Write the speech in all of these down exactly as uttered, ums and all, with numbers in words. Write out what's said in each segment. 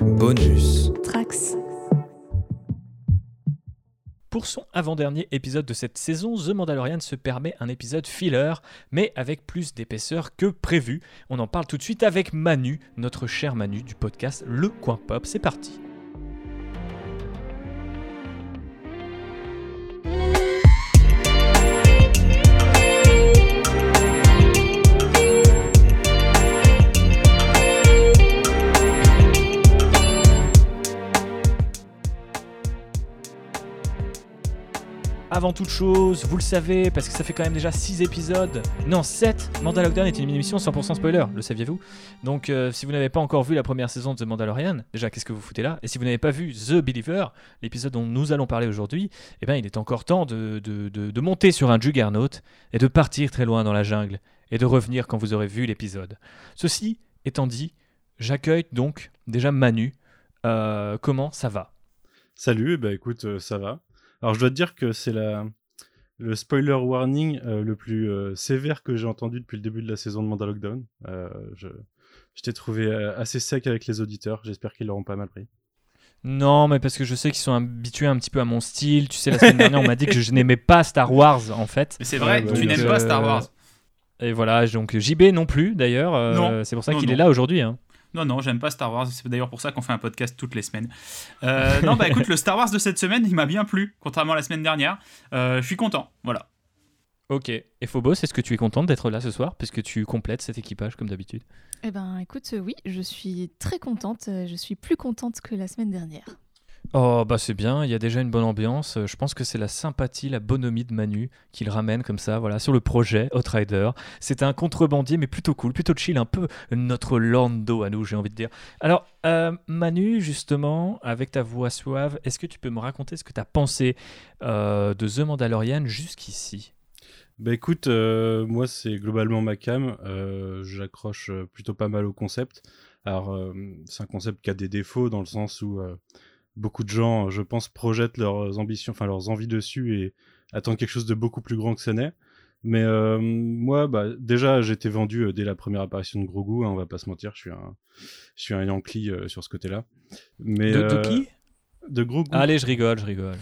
Bonus. Trax. Pour son avant-dernier épisode de cette saison, The Mandalorian se permet un épisode filler, mais avec plus d'épaisseur que prévu. On en parle tout de suite avec Manu, notre cher Manu du podcast Le Coin Pop. C'est parti. Avant toute chose, vous le savez, parce que ça fait quand même déjà six épisodes, non sept, Mandalorian est une émission cent pour cent spoiler, le saviez-vous ? Donc euh, si vous n'avez pas encore vu la première saison de The Mandalorian, déjà qu'est-ce que vous foutez là ? Et si vous n'avez pas vu The Believer, l'épisode dont nous allons parler aujourd'hui, eh bien il est encore temps de, de, de, de monter sur un juggernaut et de partir très loin dans la jungle et de revenir quand vous aurez vu l'épisode. Ceci étant dit, j'accueille donc déjà Manu. Euh, comment ça va ? Salut, bah écoute, euh, ça va. Alors je dois te dire que c'est la, le spoiler warning euh, le plus euh, sévère que j'ai entendu depuis le début de la saison de Mandalorian. Euh, je, je t'ai trouvé euh, assez sec avec les auditeurs, j'espère qu'ils l'auront pas mal pris. Non, mais parce que je sais qu'ils sont habitués un petit peu à mon style. Tu sais, la semaine dernière, on m'a dit que je n'aimais pas Star Wars, en fait. Mais c'est vrai, Ouais, bah, tu donc, n'aimes euh, pas Star Wars. Et voilà, donc J B non plus, d'ailleurs. Euh, Non. C'est pour ça Non, qu'il non. est là aujourd'hui. Hein. Non, non, j'aime pas Star Wars. C'est d'ailleurs pour ça qu'on fait un podcast toutes les semaines. Euh, non, bah écoute, le Star Wars de cette semaine, il m'a bien plu, contrairement à la semaine dernière. Euh, je suis content, voilà. Ok. Et Phobos, est-ce que tu es contente d'être là ce soir, puisque tu complètes cet équipage comme d'habitude ? Eh ben, écoute, euh, oui, je suis très contente. euh, Je suis plus contente que la semaine dernière. Oh, bah c'est bien, il y a déjà une bonne ambiance. Euh, Je pense que c'est la sympathie, la bonhomie de Manu qui le ramène comme ça, voilà, sur le projet Outrider. C'est un contrebandier, mais plutôt cool, plutôt chill, un peu notre Lando à nous, j'ai envie de dire. Alors, euh, Manu, justement, avec ta voix suave, est-ce que tu peux me raconter ce que tu as pensé euh, de The Mandalorian jusqu'ici ? Bah écoute, euh, moi c'est globalement ma cam, euh, j'accroche euh, plutôt pas mal au concept. Alors euh, c'est un concept qui a des défauts dans le sens où euh, beaucoup de gens, je pense, projettent leurs ambitions, enfin leurs envies dessus et attendent quelque chose de beaucoup plus grand que ce n'est. Mais euh, moi, bah, déjà, j'ai été vendu euh, dès la première apparition de Grogu, hein, on va pas se mentir, je suis un, je suis un Yankee euh, sur ce côté-là. Mais, De, de euh, qui ? De Grogu. Allez, je rigole, je rigole.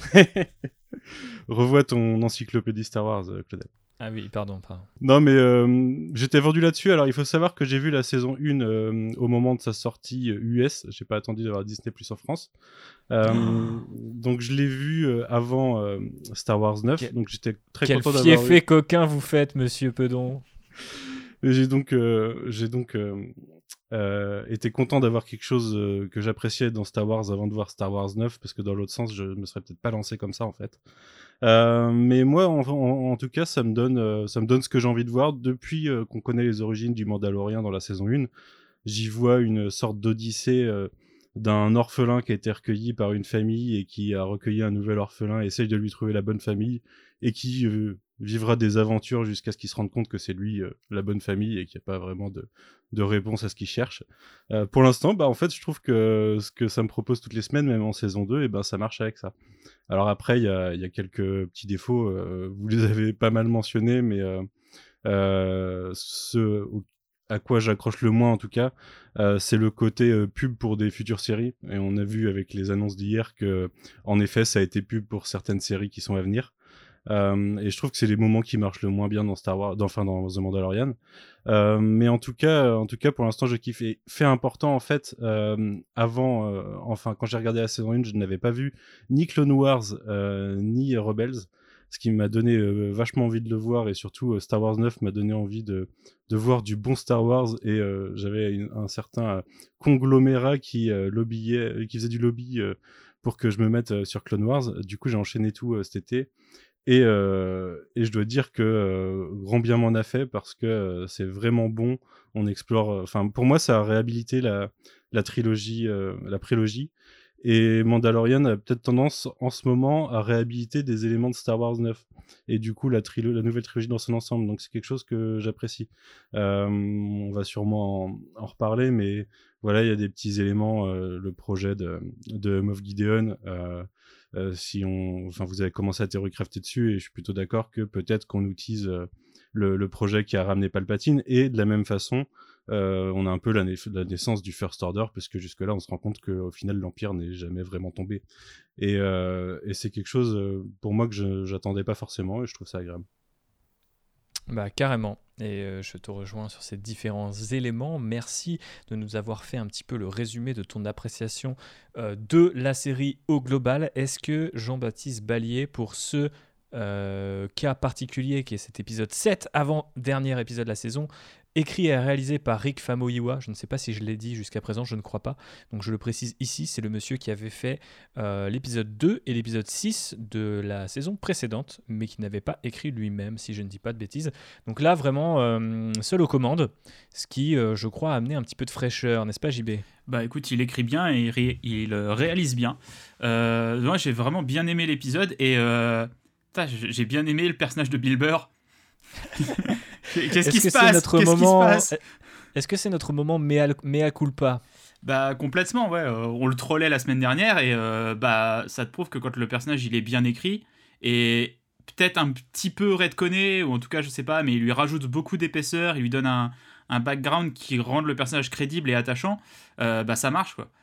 Revois ton encyclopédie Star Wars, euh, Claudel. Ah oui, pardon, pardon. Non, mais euh, j'étais vendu là-dessus. Alors, il faut savoir que j'ai vu la saison un euh, au moment de sa sortie euh, U S. J'ai pas attendu d'avoir Disney plus en France. Euh, Oh. Donc, je l'ai vu euh, avant euh, Star Wars neuf. Quel- Donc, j'étais très Quel content d'avoir fiefé eu. coquin vous faites, monsieur Pedon. Et J'ai donc, euh, j'ai donc euh, euh, été content d'avoir quelque chose euh, que j'appréciais dans Star Wars avant de voir Star Wars neuf, parce que dans l'autre sens, je me serais peut-être pas lancé comme ça, en fait. Euh, mais moi, en, en, en tout cas, ça me donne, euh, ça me donne ce que j'ai envie de voir depuis euh, qu'on connaît les origines du Mandalorian dans la saison un. J'y vois une sorte d'odyssée euh, d'un orphelin qui a été recueilli par une famille et qui a recueilli un nouvel orphelin, essaye de lui trouver la bonne famille et qui euh, vivra des aventures jusqu'à ce qu'il se rende compte que c'est lui euh, la bonne famille et qu'il n'y a pas vraiment de, de réponse à ce qu'il cherche. Euh, pour l'instant, bah, en fait, je trouve que ce que ça me propose toutes les semaines, même en saison deux, et ben, ça marche avec ça. Alors après, il y a, y a quelques petits défauts, euh, vous les avez pas mal mentionnés, mais euh, euh, ce à quoi j'accroche le moins en tout cas, euh, c'est le côté euh, pub pour des futures séries. Et on a vu avec les annonces d'hier que, en effet, ça a été pub pour certaines séries qui sont à venir. Euh, et je trouve que c'est les moments qui marchent le moins bien dans Star Wars, dans, enfin dans The Mandalorian. Euh, mais en tout cas, en tout cas, pour l'instant, je kiffe. Et fait important en fait, euh, avant, euh, enfin, quand j'ai regardé la saison un, je n'avais pas vu ni Clone Wars euh, ni Rebels, ce qui m'a donné euh, vachement envie de le voir. Et surtout, euh, Star Wars neuf m'a donné envie de de voir du bon Star Wars. Et euh, j'avais une, un certain euh, conglomérat qui euh, lobbyait, qui faisait du lobby euh, pour que je me mette euh, sur Clone Wars. Du coup, j'ai enchaîné tout euh, cet été. Et, euh, et je dois dire que euh, grand bien m'en a fait parce que euh, c'est vraiment bon. On explore. Enfin, pour moi, ça a réhabilité la, la trilogie, euh, la prélogie. Et Mandalorian a peut-être tendance en ce moment à réhabiliter des éléments de Star Wars neuf. Et du coup, la, trilo- la nouvelle trilogie dans son ensemble. Donc, c'est quelque chose que j'apprécie. Euh, on va sûrement en, en reparler, mais voilà, il y a des petits éléments. Euh, le projet de, de Moff Gideon. Euh, Euh, si on, enfin, vous avez commencé à théorie-crafter dessus, et je suis plutôt d'accord que peut-être qu'on utilise euh, le, le projet qui a ramené Palpatine, et de la même façon, Euh, on a un peu la, na- la naissance du First Order, parce que jusque-là, on se rend compte qu'au final, l'Empire n'est jamais vraiment tombé. Et, euh, et c'est quelque chose, euh, pour moi, que je j'attendais pas forcément, et je trouve ça agréable. Bah carrément, et euh, je te rejoins sur ces différents éléments. Merci de nous avoir fait un petit peu le résumé de ton appréciation euh, de la série au global. Est-ce que Jean-Baptiste Ballier, pour ce euh, cas particulier qui est cet épisode sept, avant-dernier épisode de la saison, écrit et réalisé par Rick Famuyiwa, je ne sais pas si je l'ai dit jusqu'à présent, je ne crois pas, donc je le précise ici, c'est le monsieur qui avait fait euh, l'épisode deux et l'épisode six de la saison précédente, mais qui n'avait pas écrit lui-même, si je ne dis pas de bêtises. Donc là, vraiment, euh, seul aux commandes, ce qui, euh, je crois, a amené un petit peu de fraîcheur, n'est-ce pas, J B ? Bah écoute, il écrit bien et il, ré- il euh, réalise bien. Euh, moi, j'ai vraiment bien aimé l'épisode et euh, putain, j'ai j'ai bien aimé le personnage de Bill Burr. Qu'est-ce qui Est-ce se que passe c'est notre Qu'est-ce qui se moment passe Est-ce que c'est notre moment mea, mea culpa ? Bah complètement, ouais. euh, on le trollait la semaine dernière et euh, bah ça te prouve que quand le personnage il est bien écrit et peut-être un petit peu redconné, ou en tout cas je sais pas, mais il lui rajoute beaucoup d'épaisseur, il lui donne un, un background qui rend le personnage crédible et attachant, euh, bah ça marche quoi.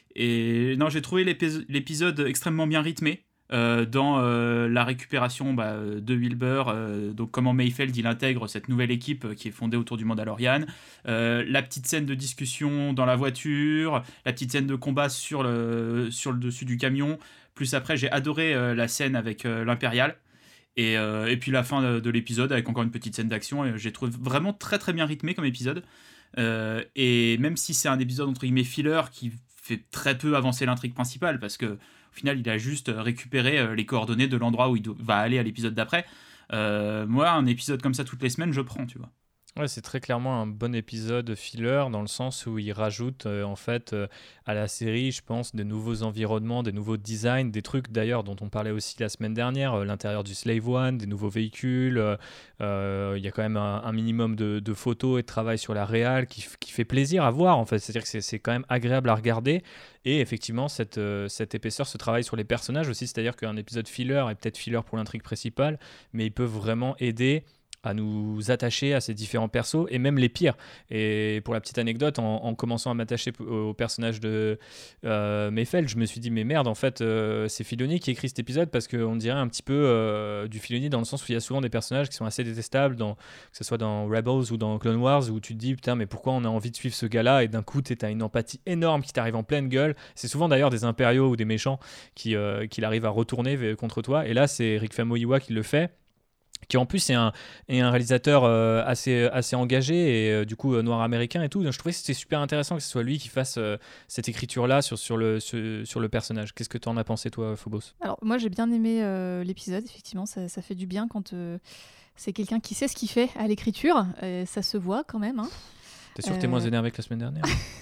Et non, j'ai trouvé l'épis- l'épisode extrêmement bien rythmé. Euh, dans euh, la récupération bah, de Wilbur, euh, donc comment Mayfeld il intègre cette nouvelle équipe qui est fondée autour du Mandalorian, euh, la petite scène de discussion dans la voiture, la petite scène de combat sur le, sur le dessus du camion, plus après j'ai adoré euh, la scène avec euh, l'Impérial, et, euh, et puis la fin de, de l'épisode avec encore une petite scène d'action, et j'ai trouvé vraiment très très bien rythmé comme épisode, euh, et même si c'est un épisode entre guillemets filler qui fait très peu avancer l'intrigue principale, parce que au final, il a juste récupéré les coordonnées de l'endroit où il do- va aller à l'épisode d'après. Euh, moi, un épisode comme ça toutes les semaines, je prends, tu vois. Ouais, c'est très clairement un bon épisode filler dans le sens où il rajoute euh, en fait euh, à la série, je pense, des nouveaux environnements, des nouveaux designs, des trucs d'ailleurs dont on parlait aussi la semaine dernière, euh, l'intérieur du Slave One, des nouveaux véhicules. euh, euh, Il y a quand même un, un minimum de, de photos et de travail sur la réal qui, f- qui fait plaisir à voir en fait. C'est-à-dire que c'est, c'est quand même agréable à regarder. Et effectivement, cette, euh, cette épaisseur se travaille sur les personnages aussi, c'est-à-dire qu'un épisode filler est peut-être filler pour l'intrigue principale, mais il peut vraiment aider à nous attacher à ces différents persos, et même les pires. Et pour la petite anecdote, en, en commençant à m'attacher p- au personnage de euh, Mayfeld, je me suis dit, mais merde, en fait, euh, c'est Filoni qui écrit cet épisode, parce qu'on dirait un petit peu euh, du Filoni, dans le sens où il y a souvent des personnages qui sont assez détestables, dans, que ce soit dans Rebels ou dans Clone Wars, où tu te dis, putain, mais pourquoi on a envie de suivre ce gars-là, et d'un coup, tu as une empathie énorme qui t'arrive en pleine gueule. C'est souvent d'ailleurs des impériaux ou des méchants qui, euh, qui arrivent à retourner v- contre toi, et là, c'est Rick Famuyiwa qui le fait, qui en plus est un, est un réalisateur euh, assez, assez engagé et euh, du coup euh, noir américain et tout. Donc je trouvais que c'était super intéressant que ce soit lui qui fasse euh, cette écriture-là sur, sur, le, sur, sur le personnage. Qu'est-ce que tu en as pensé toi, Phobos ? Alors moi j'ai bien aimé euh, l'épisode, effectivement ça, ça fait du bien quand euh, c'est quelqu'un qui sait ce qu'il fait à l'écriture, euh, ça se voit quand même. Hein. T'es sûr que t'es moins Euh, énervé que la semaine dernière ?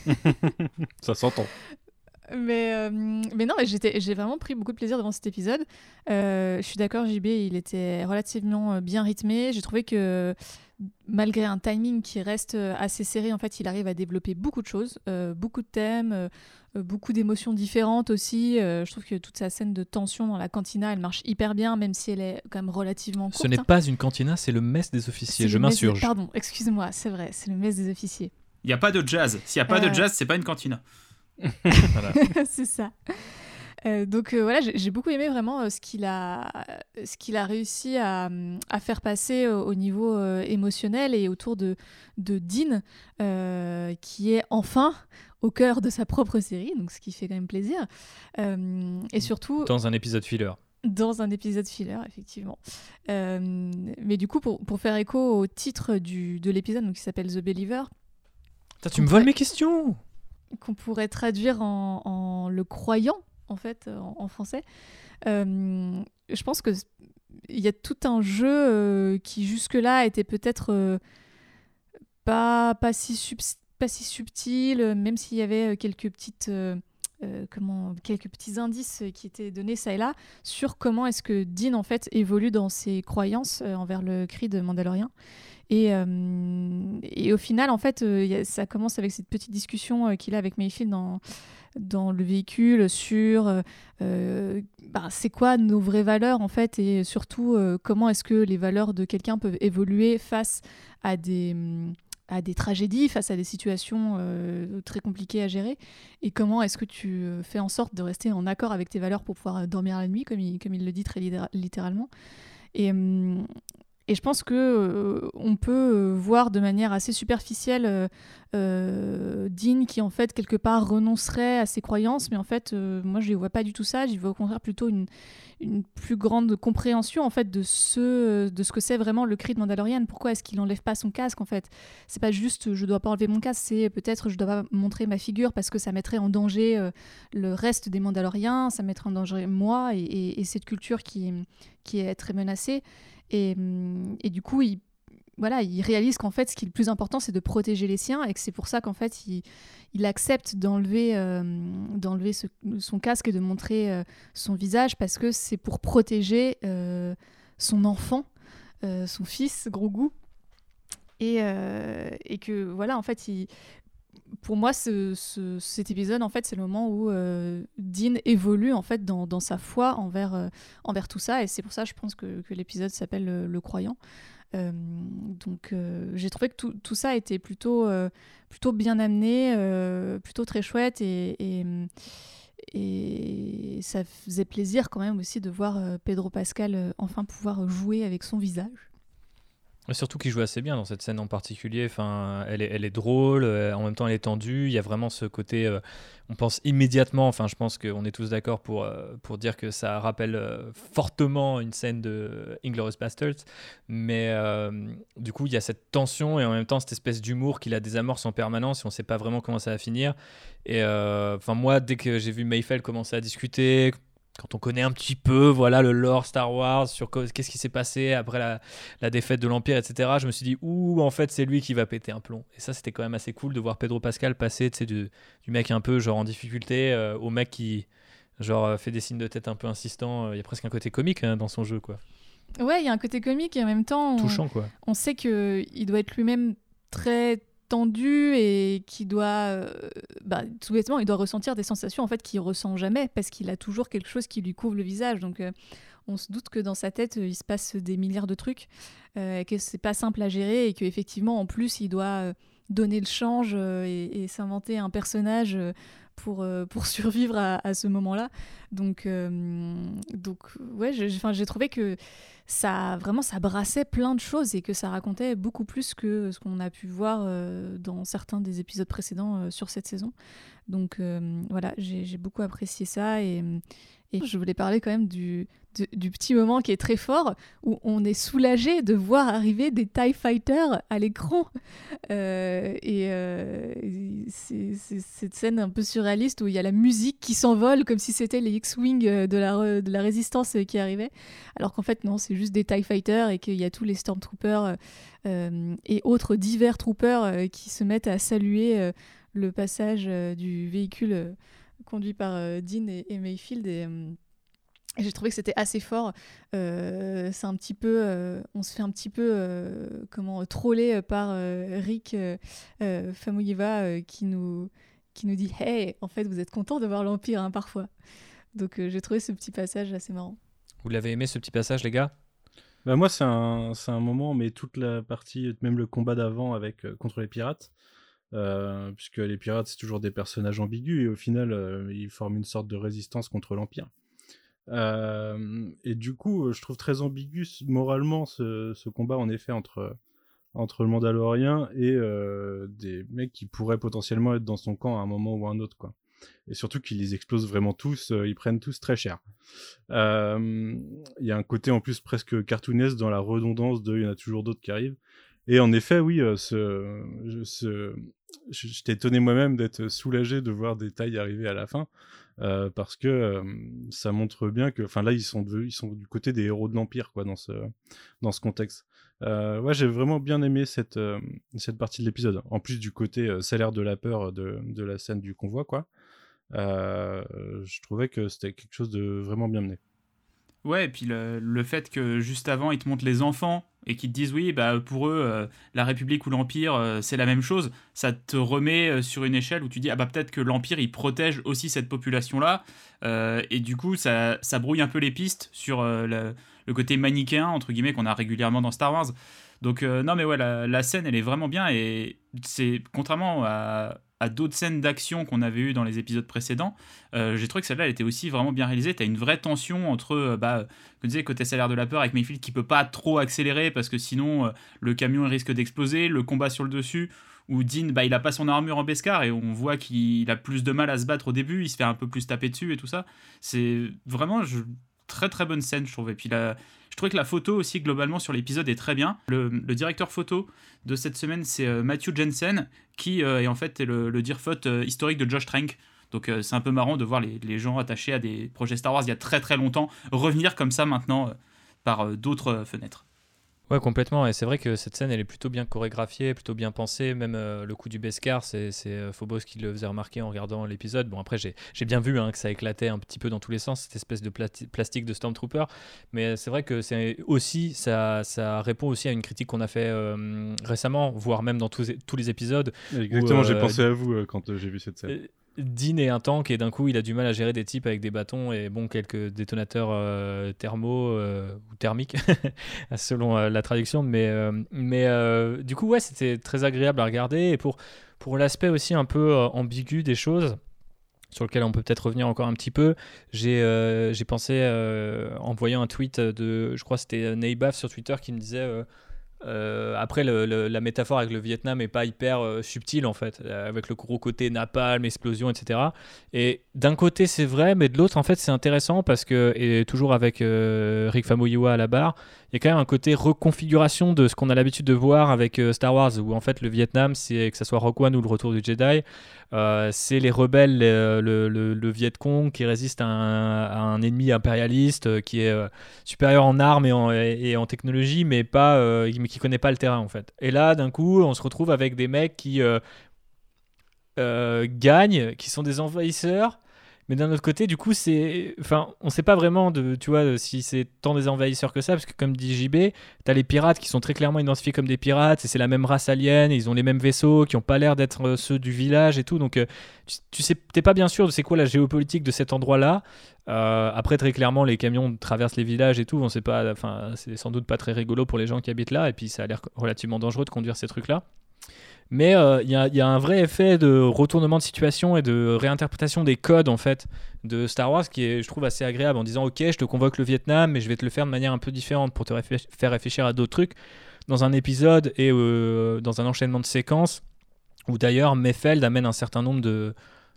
Ça s'entend. Mais, euh, mais non, mais j'étais, j'ai vraiment pris beaucoup de plaisir devant cet épisode. Euh, je suis d'accord, J B, il était relativement euh, bien rythmé. J'ai trouvé que malgré un timing qui reste euh, assez serré, en fait, il arrive à développer beaucoup de choses, euh, beaucoup de thèmes, euh, euh, beaucoup d'émotions différentes aussi. Euh, je trouve que toute sa scène de tension dans la cantina, elle marche hyper bien, même si elle est quand même relativement courte. Ce n'est hein. pas une cantina, c'est le mess des officiers, C'est je le mess des- m'insurge. Pardon, excuse-moi, c'est vrai, c'est le mess des officiers. Il n'y a pas de jazz. S'il n'y a pas Euh. de jazz, c'est pas une cantina. Voilà. C'est ça. Euh, donc euh, voilà, j'ai, j'ai beaucoup aimé vraiment euh, ce qu'il a, ce qu'il a réussi à, à faire passer euh, au niveau euh, émotionnel et autour de, de Dean, euh, qui est enfin au cœur de sa propre série, donc ce qui fait quand même plaisir. Euh, et surtout Dans un épisode filler. dans un épisode filler, effectivement. Euh, mais du coup, pour, pour faire écho au titre du, de l'épisode, donc, qui s'appelle The Believer, Putain, tu me voles mes questions ! qu'on pourrait traduire en, en le croyant, en fait, en, en français. Euh, je pense que il y a tout un jeu euh, qui jusque-là était peut-être euh, pas, pas, si subs- pas si subtil, même s'il y avait quelques petites... euh, euh, comment, quelques petits indices qui étaient donnés ça et là sur comment est-ce que Dean en fait évolue dans ses croyances euh, envers le cri de Mandalorien. Et, euh, et au final, en fait, euh, y a, ça commence avec cette petite discussion euh, qu'il a avec Mayfield dans, dans le véhicule sur euh, euh, bah, c'est quoi nos vraies valeurs, en fait, et surtout, euh, comment est-ce que les valeurs de quelqu'un peuvent évoluer face à des, à des tragédies, face à des situations euh, très compliquées à gérer. Et comment est-ce que tu fais en sorte de rester en accord avec tes valeurs pour pouvoir dormir la nuit, comme il, comme il le dit très littéralement. Et, hum, et je pense qu'on euh, peut voir de manière assez superficielle euh, euh, Dean qui en fait quelque part renoncerait à ses croyances, mais en fait euh, moi je ne vois pas du tout ça, j'y vois au contraire plutôt une, une plus grande compréhension en fait de ce, de ce que c'est vraiment le cri de Mandalorian. Pourquoi est-ce qu'il n'enlève pas son casque en fait? C'est pas juste je dois pas enlever mon casque, c'est peut-être je dois pas montrer ma figure parce que ça mettrait en danger euh, le reste des Mandaloriens, ça mettrait en danger moi et, et, et cette culture qui, qui est très menacée. Et, et du coup, il, voilà, il réalise qu'en fait, ce qui est le plus important, c'est de protéger les siens et que c'est pour ça qu'en fait, il, il accepte d'enlever, euh, d'enlever ce, son casque et de montrer euh, son visage parce que c'est pour protéger euh, son enfant, euh, son fils, Grogu. Et, euh, et que, voilà, en fait, il... Pour moi, ce, ce, cet épisode, en fait, c'est le moment où euh, Dean évolue en fait dans, dans sa foi envers, euh, envers tout ça, et c'est pour ça, je pense que, que l'épisode s'appelle Le, le Croyant. Euh, donc, euh, j'ai trouvé que tout, tout ça était plutôt, euh, plutôt bien amené, euh, plutôt très chouette, et, et, et ça faisait plaisir quand même aussi de voir euh, Pedro Pascal euh, enfin pouvoir jouer avec son visage. Surtout qu'il joue assez bien dans cette scène en particulier. Enfin, elle est, elle est drôle, euh, en même temps elle est tendue. Il y a vraiment ce côté, euh, on pense immédiatement, enfin je pense qu'on est tous d'accord pour, euh, pour dire que ça rappelle euh, fortement une scène de Inglourious Basterds. Mais euh, du coup il y a cette tension et en même temps cette espèce d'humour qui la désamorce en permanence et on ne sait pas vraiment comment ça va finir. Et euh, enfin moi dès que j'ai vu Mayfeld commencer à discuter, quand on connaît un petit peu voilà, le lore Star Wars, sur co- qu'est-ce qui s'est passé après la, la défaite de l'Empire, et cetera, je me suis dit, ouh, en fait, c'est lui qui va péter un plomb. Et ça, c'était quand même assez cool de voir Pedro Pascal passer du, du mec un peu genre en difficulté euh, au mec qui genre, fait des signes de tête un peu insistants. Il y a presque un côté comique hein, dans son jeu, quoi. Ouais, il y a un côté comique et en même temps, on, touchant, quoi. On sait qu'il doit être lui-même très tendu et qui doit, euh, bah, tout bêtement, il doit ressentir des sensations en fait qu'il ressent jamais parce qu'il a toujours quelque chose qui lui couvre le visage. Donc, euh, on se doute que dans sa tête, il se passe des milliards de trucs, euh, que c'est pas simple à gérer et qu'effectivement, en plus, il doit euh, donner le change euh, et, et s'inventer un personnage euh, pour, euh, pour survivre à, à ce moment-là. Donc, euh, donc ouais, j'ai, j'ai trouvé que ça, vraiment, ça brassait plein de choses et que ça racontait beaucoup plus que ce qu'on a pu voir euh, dans certains des épisodes précédents euh, sur cette saison. Donc euh, voilà, j'ai, j'ai beaucoup apprécié ça et, et je voulais parler quand même du, du, du petit moment qui est très fort où on est soulagé de voir arriver des TIE Fighters à l'écran. Euh, et euh, c'est, c'est cette scène un peu surréaliste où il y a la musique qui s'envole comme si c'était les X-Wing de la, de la résistance qui arrivaient. Alors qu'en fait, non, c'est juste des TIE Fighters et qu'il y a tous les Stormtroopers euh, et autres divers troopers euh, qui se mettent à saluer euh, le passage euh, du véhicule euh, conduit par euh, Dean et, et Mayfield. Et, euh, et j'ai trouvé que c'était assez fort. Euh, c'est un petit peu, euh, on se fait un petit peu euh, comment troller par euh, Rick euh, euh, Famuyiwa euh, qui nous qui nous dit hey, en fait, vous êtes content de voir l'Empire hein, parfois. Donc euh, j'ai trouvé ce petit passage assez marrant. Vous l'avez aimé ce petit passage, les gars? Bah moi, c'est un, c'est un moment, mais toute la partie, même le combat d'avant avec euh, contre les pirates, euh, puisque les pirates, c'est toujours des personnages ambigus, et au final, euh, ils forment une sorte de résistance contre l'Empire. Euh, et du coup, je trouve très ambigu moralement ce, ce combat, en effet, entre, entre le Mandalorien et euh, des mecs qui pourraient potentiellement être dans son camp à un moment ou à un autre, quoi. Et surtout qu'ils les explosent vraiment tous, euh, ils prennent tous très cher. Il euh, y a un côté en plus presque cartoonesque dans la redondance de il y en a toujours d'autres qui arrivent. Et en effet, oui, euh, ce, ce, j'étais étonné moi-même d'être soulagé de voir des tailles arriver à la fin, euh, parce que euh, ça montre bien que, enfin là, ils sont, de, ils sont du côté des héros de l'Empire, quoi, dans ce, dans ce contexte. Euh, ouais, j'ai vraiment bien aimé cette, euh, cette partie de l'épisode. En plus du côté euh, salaire de la peur de, de la scène du convoi, quoi. Euh, je trouvais que c'était quelque chose de vraiment bien mené. Ouais, et puis le, le fait que juste avant, ils te montrent les enfants et qu'ils te disent oui, bah, pour eux, euh, la République ou l'Empire, euh, c'est la même chose, ça te remet euh, sur une échelle où tu dis ah bah peut-être que l'Empire, il protège aussi cette population-là, euh, et du coup, ça, ça brouille un peu les pistes sur euh, le, le côté manichéen, entre guillemets, qu'on a régulièrement dans Star Wars. Donc euh, non mais ouais, la, la scène elle est vraiment bien et c'est contrairement à, à d'autres scènes d'action qu'on avait eues dans les épisodes précédents, euh, j'ai trouvé que celle-là elle était aussi vraiment bien réalisée. T'as une vraie tension entre, euh, bah, comme je disais, côté salaire de la peur avec Mayfield qui peut pas trop accélérer parce que sinon euh, le camion il risque d'exploser, le combat sur le dessus où Dean bah, il a pas son armure en Beskar et on voit qu'il a plus de mal à se battre au début, il se fait un peu plus taper dessus et tout ça. C'est vraiment je... très très bonne scène je trouve. Et puis là, je trouvais que la photo aussi globalement sur l'épisode est très bien. Le, le directeur photo de cette semaine c'est euh, Matthew Jensen qui euh, est en fait le, le dirphote euh, historique de Josh Trank. Donc euh, c'est un peu marrant de voir les, les gens attachés à des projets Star Wars il y a très très longtemps revenir comme ça maintenant euh, par euh, d'autres euh, fenêtres. Ouais, complètement. Et c'est vrai que cette scène, elle est plutôt bien chorégraphiée, plutôt bien pensée. Même euh, le coup du Beskar, c'est, c'est euh, Phobos qui le faisait remarquer en regardant l'épisode. Bon, après, j'ai, j'ai bien vu hein, que ça éclatait un petit peu dans tous les sens, cette espèce de plati- plastique de Stormtrooper. Mais c'est vrai que c'est aussi, ça, ça répond aussi à une critique qu'on a fait euh, récemment, voire même dans tous, tous les épisodes. Exactement, où, euh, j'ai pensé à vous euh, quand euh, j'ai vu cette scène. Euh, Dean est un tank et d'un coup il a du mal à gérer des types avec des bâtons et bon quelques détonateurs euh, thermaux euh, ou thermiques selon euh, la traduction mais, euh, mais euh, du coup ouais c'était très agréable à regarder et pour, pour l'aspect aussi un peu euh, ambigu des choses sur lequel on peut peut-être revenir encore un petit peu, j'ai, euh, j'ai pensé euh, en voyant un tweet de je crois que c'était Neibaf sur Twitter qui me disait euh, Euh, après, le, le, la métaphore avec le Vietnam est pas hyper euh, subtile en fait, euh, avec le gros côté napalm, explosion, et cetera. Et d'un côté c'est vrai, mais de l'autre en fait c'est intéressant parce que, et toujours avec euh, Rick Famuyiwa à la barre, il y a quand même un côté reconfiguration de ce qu'on a l'habitude de voir avec euh, Star Wars, où en fait le Vietnam, c'est que ça soit Rogue One ou le Retour du Jedi, euh, c'est les rebelles, le, le, le, le Viet Cong qui résiste à un, à un ennemi impérialiste euh, qui est euh, supérieur en armes et en, et, et en technologie, mais pas, euh, mais qui connaît pas le terrain en fait. Et là, d'un coup, on se retrouve avec des mecs qui euh, euh, gagnent, qui sont des envahisseurs. Mais d'un autre côté, du coup, c'est, enfin, on sait pas vraiment de, tu vois, si c'est tant des envahisseurs que ça, parce que comme dit J B, t'as les pirates qui sont très clairement identifiés comme des pirates, et c'est la même race alien, et ils ont les mêmes vaisseaux, qui ont pas l'air d'être euh, ceux du village et tout. Donc, euh, tu, tu sais, t'es pas bien sûr de c'est quoi la géopolitique de cet endroit-là. Euh, après, très clairement, les camions traversent les villages et tout. On sait pas, enfin, c'est sans doute pas très rigolo pour les gens qui habitent là, et puis ça a l'air relativement dangereux de conduire ces trucs-là. Mais il euh, y, y a un vrai effet de retournement de situation et de réinterprétation des codes en fait de Star Wars qui est, je trouve, assez agréable en disant ok, je te convoque le Vietnam, mais je vais te le faire de manière un peu différente pour te réfléch- faire réfléchir à d'autres trucs dans un épisode et euh, dans un enchaînement de séquences où d'ailleurs Mayfeld amène un certain nombre de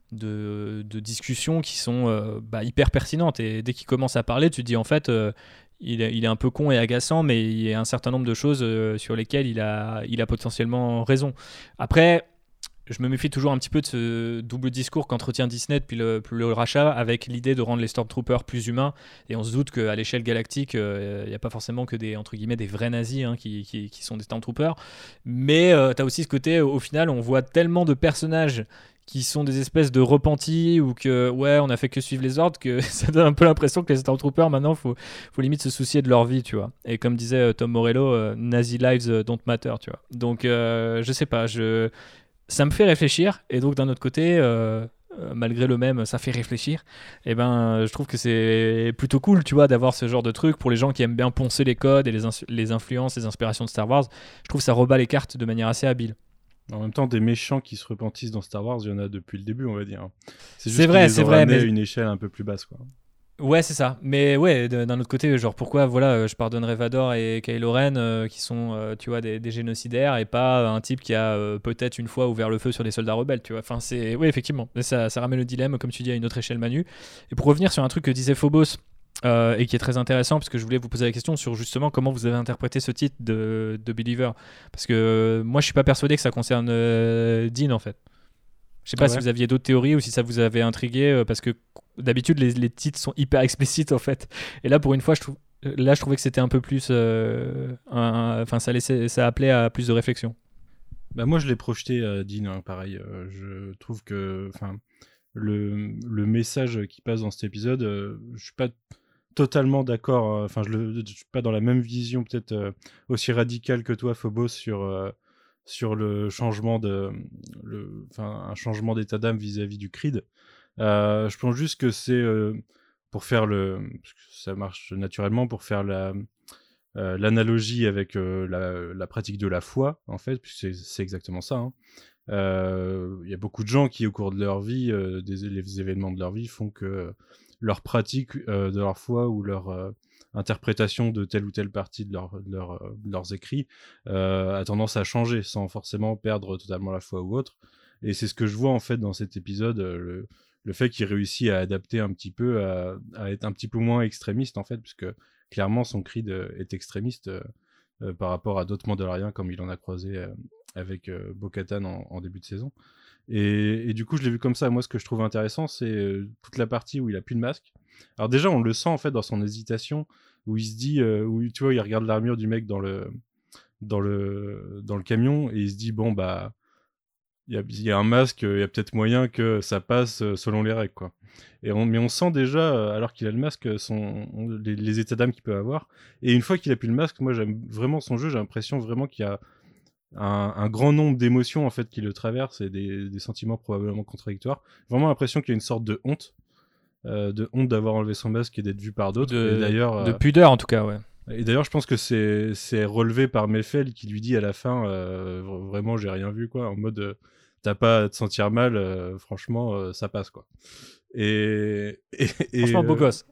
de, de discussions qui sont euh, bah, hyper pertinentes et dès qu'il commence à parler, tu te dis en fait euh, il est, il est un peu con et agaçant, mais il y a un certain nombre de choses euh, sur lesquelles il a, il a potentiellement raison. Après, je me méfie toujours un petit peu de ce double discours qu'entretient Disney depuis le, depuis le rachat, avec l'idée de rendre les Stormtroopers plus humains. Et on se doute qu'à l'échelle galactique, il euh, n'y a pas forcément que des, entre guillemets, des vrais nazis hein, qui, qui, qui sont des Stormtroopers. Mais euh, tu as aussi ce côté, au final, on voit tellement de personnages qui sont des espèces de repentis ou que ouais on a fait que suivre les ordres que ça donne un peu l'impression que les Stormtroopers maintenant faut, faut limite se soucier de leur vie tu vois, et comme disait euh, Tom Morello euh, Nazi lives don't matter tu vois, donc euh, je sais pas, je... ça me fait réfléchir et donc d'un autre côté euh, euh, malgré le même ça fait réfléchir, et ben je trouve que c'est plutôt cool tu vois d'avoir ce genre de truc pour les gens qui aiment bien poncer les codes et les, ins- les influences, les inspirations de Star Wars. Je trouve que ça rebat les cartes de manière assez habile. En même temps, des méchants qui se repentissent dans Star Wars, il y en a depuis le début, on va dire. C'est, juste C'est vrai, qu'ils les c'est ont vrai, ramenés mais- à une échelle un peu plus basse, quoi. Ouais, c'est ça. Mais ouais, de- d'un autre côté, genre pourquoi voilà, euh, je pardonnerais Vador et Kylo Ren euh, qui sont, euh, tu vois, des, des génocidaires et pas euh, un type qui a euh, peut-être une fois ouvert le feu sur des soldats rebelles, tu vois. Enfin, c'est, oui, effectivement, Mais ça, ça ramène le dilemme, comme tu dis, à une autre échelle, Manu. Et pour revenir sur un truc que disait Phobos euh, et qui est très intéressant, parce que je voulais vous poser la question sur justement comment vous avez interprété ce titre de, de Believer, parce que euh, moi, je suis pas persuadé que ça concerne euh, Dean en fait. Je sais pas Ah si ouais. vous aviez d'autres théories ou si ça vous avait intrigué, euh, parce que d'habitude les, les titres sont hyper explicites en fait. Et là pour une fois, je trouve, là je trouvais que c'était un peu plus, euh, un- enfin ça laissait, ça appelait à plus de réflexion. Bah moi, je l'ai projeté à Dean, hein, pareil. Euh, je trouve que, enfin, le, le message qui passe dans cet épisode, euh, je suis pas totalement d'accord. Enfin, je, le, je suis pas dans la même vision, peut-être euh, aussi radicale que toi, Phobos, sur euh, sur le changement de, le, enfin, un changement d'état d'âme vis-à-vis du Creed. Euh, je pense juste que c'est euh, pour faire le, parce que ça marche naturellement pour faire la euh, l'analogie avec euh, la, la pratique de la foi, en fait, puisque c'est, c'est exactement ça. Hein. Euh, y a beaucoup de gens qui, au cours de leur vie, euh, des, les événements de leur vie font que euh, leur pratique euh, de leur foi ou leur euh, interprétation de telle ou telle partie de, leur, de, leur, de leurs écrits euh, a tendance à changer sans forcément perdre totalement la foi ou autre. Et c'est ce que je vois en fait dans cet épisode, euh, le, le fait qu'il réussit à adapter un petit peu, à, à être un petit peu moins extrémiste en fait, puisque clairement son creed est extrémiste euh, euh, par rapport à d'autres Mandaloriens comme il en a croisé euh, avec euh, Bo-Katan en, en début de saison. Et, et du coup, je l'ai vu comme ça. Moi, ce que je trouve intéressant, c'est euh, toute la partie où il a plus de masque. Alors déjà, on le sent en fait dans son hésitation, où il se dit, euh, où tu vois, il regarde l'armure du mec dans le dans le dans le camion et il se dit bon bah il y a, y a un masque, il y a peut-être moyen que ça passe selon les règles quoi. Et on, mais on sent déjà, alors qu'il a le masque, son, on, les, les états d'âme qu'il peut avoir. Et une fois qu'il a plus le masque, moi j'aime vraiment son jeu. J'ai l'impression vraiment qu'il y a Un, un grand nombre d'émotions en fait qui le traversent et des, des sentiments probablement contradictoires. Vraiment l'impression qu'il y a une sorte de honte, euh, de honte d'avoir enlevé son masque et d'être vu par d'autres. De, et d'ailleurs, de euh, pudeur en tout cas, ouais. Et d'ailleurs, je pense que c'est, c'est relevé par Meffel qui lui dit à la fin, euh, vraiment, j'ai rien vu quoi, en mode, euh, t'as pas à te sentir mal, euh, franchement, euh, ça passe quoi. Et, et, et franchement, beau euh, gosse.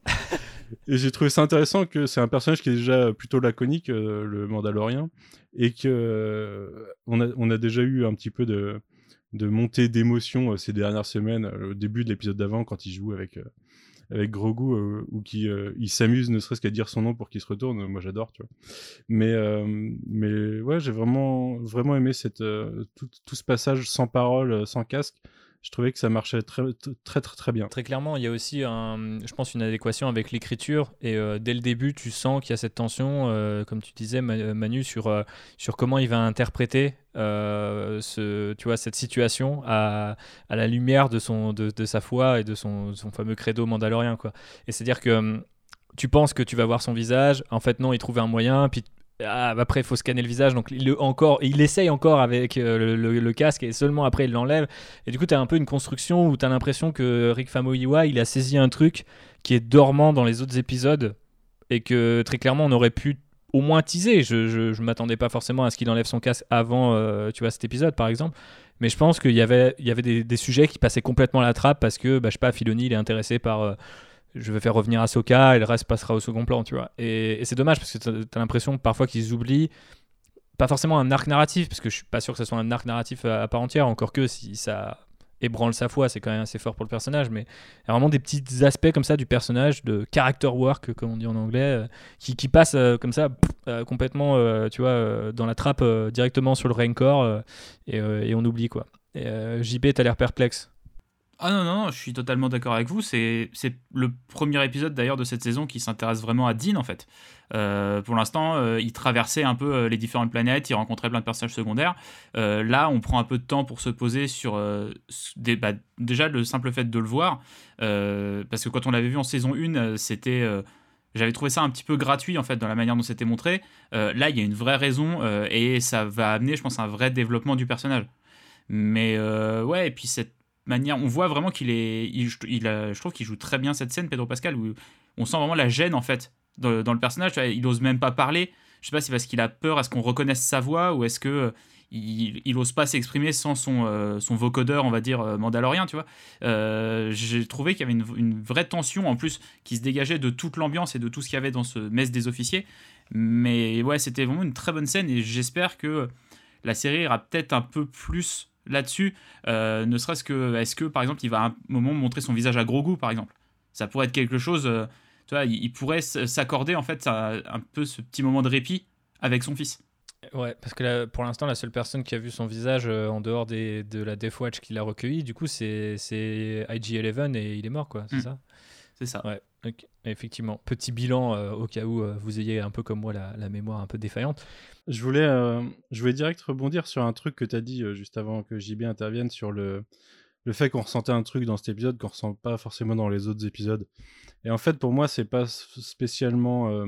Et j'ai trouvé ça intéressant que c'est un personnage qui est déjà plutôt laconique, euh, le Mandalorien, et que euh, on a on a déjà eu un petit peu de de montée d'émotion euh, ces dernières semaines, euh, au début de l'épisode d'avant quand il joue avec euh, avec Grogu euh, ou qui euh, il s'amuse ne serait-ce qu'à dire son nom pour qu'il se retourne. Moi j'adore, tu vois. Mais euh, mais ouais, j'ai vraiment vraiment aimé cette euh, tout tout ce passage sans parole, sans casque. Je trouvais que ça marchait très très très très bien. Très clairement, il y a aussi, un, je pense, une adéquation avec l'écriture. Et euh, dès le début, tu sens qu'il y a cette tension, euh, comme tu disais, Manu, sur, euh, sur comment il va interpréter euh, ce, tu vois, cette situation à, à la lumière de, son, de, de sa foi et de son, son fameux credo mandalorien, quoi. Et c'est-à-dire que hum, tu penses que tu vas voir son visage. En fait, non, il trouve un moyen. Puis ah, après, il faut scanner le visage, donc il, le, encore, il essaye encore avec euh, le, le, le casque et seulement après il l'enlève. Et du coup, tu as un peu une construction où tu as l'impression que Rick Famuyiwa, il a saisi un truc qui est dormant dans les autres épisodes et que très clairement, on aurait pu au moins teaser. Je, je, je m'attendais pas forcément à ce qu'il enlève son casque avant euh, tu vois, cet épisode, par exemple. Mais je pense qu'il y avait, il y avait des, des sujets qui passaient complètement à la trappe parce que, bah, je sais pas, Filoni, il est intéressé par... Euh, je vais faire revenir Ahsoka et le reste passera au second plan, tu vois. Et, et c'est dommage parce que t'as, t'as l'impression parfois qu'ils oublient, pas forcément un arc narratif, parce que je suis pas sûr que ce soit un arc narratif à, à part entière, encore que si ça ébranle sa foi, c'est quand même assez fort pour le personnage, mais il y a vraiment des petits aspects comme ça du personnage, de character work, comme on dit en anglais, euh, qui, qui passent euh, comme ça, pff, euh, complètement, euh, tu vois, euh, dans la trappe, euh, directement sur le Rancor, euh, et, euh, et on oublie, quoi. Et, euh, J B, t'as l'air perplexe. Ah non, non, non, je suis totalement d'accord avec vous. C'est, c'est le premier épisode d'ailleurs de cette saison qui s'intéresse vraiment à Dean en fait. Euh, pour l'instant, euh, il traversait un peu euh, les différentes planètes, il rencontrait plein de personnages secondaires. Euh, là, on prend un peu de temps pour se poser sur euh, des, bah, déjà le simple fait de le voir. Euh, parce que quand on l'avait vu en saison un, c'était... Euh, j'avais trouvé ça un petit peu gratuit en fait dans la manière dont c'était montré. Euh, là, il y a une vraie raison euh, et ça va amener, je pense, un vrai développement du personnage. Mais euh, ouais, et puis cette manière, on voit vraiment qu'il est, il, il a, je trouve qu'il joue très bien cette scène, Pedro Pascal, où on sent vraiment la gêne en fait dans, dans le personnage. Il ose même pas parler. Je sais pas si c'est parce qu'il a peur à ce qu'on reconnaisse sa voix ou est-ce que il, il ose pas s'exprimer sans son, euh, son vocodeur, on va dire euh, mandalorien, tu vois. Euh, j'ai trouvé qu'il y avait une, une vraie tension en plus qui se dégageait de toute l'ambiance et de tout ce qu'il y avait dans ce mess des officiers. Mais ouais, c'était vraiment une très bonne scène et j'espère que la série ira peut-être un peu plus là-dessus, euh, ne serait-ce que, est-ce que par exemple il va à un moment montrer son visage à Grogu par exemple, ça pourrait être quelque chose, euh, tu vois, il, il pourrait s'accorder en fait à, un peu ce petit moment de répit avec son fils. Ouais, parce que là, pour l'instant la seule personne qui a vu son visage euh, en dehors des, de la Death Watch qu'il a recueilli, du coup c'est, c'est I G eleven et il est mort quoi, c'est mmh. ça c'est ça. Ouais, okay. Effectivement. Petit bilan euh, au cas où euh, vous ayez un peu comme moi la, la mémoire un peu défaillante. Je voulais, euh, je voulais direct rebondir sur un truc que tu as dit euh, juste avant que J B intervienne sur le, le fait qu'on ressentait un truc dans cet épisode qu'on ressent pas forcément dans les autres épisodes. Et en fait, pour moi, c'est pas spécialement... Euh,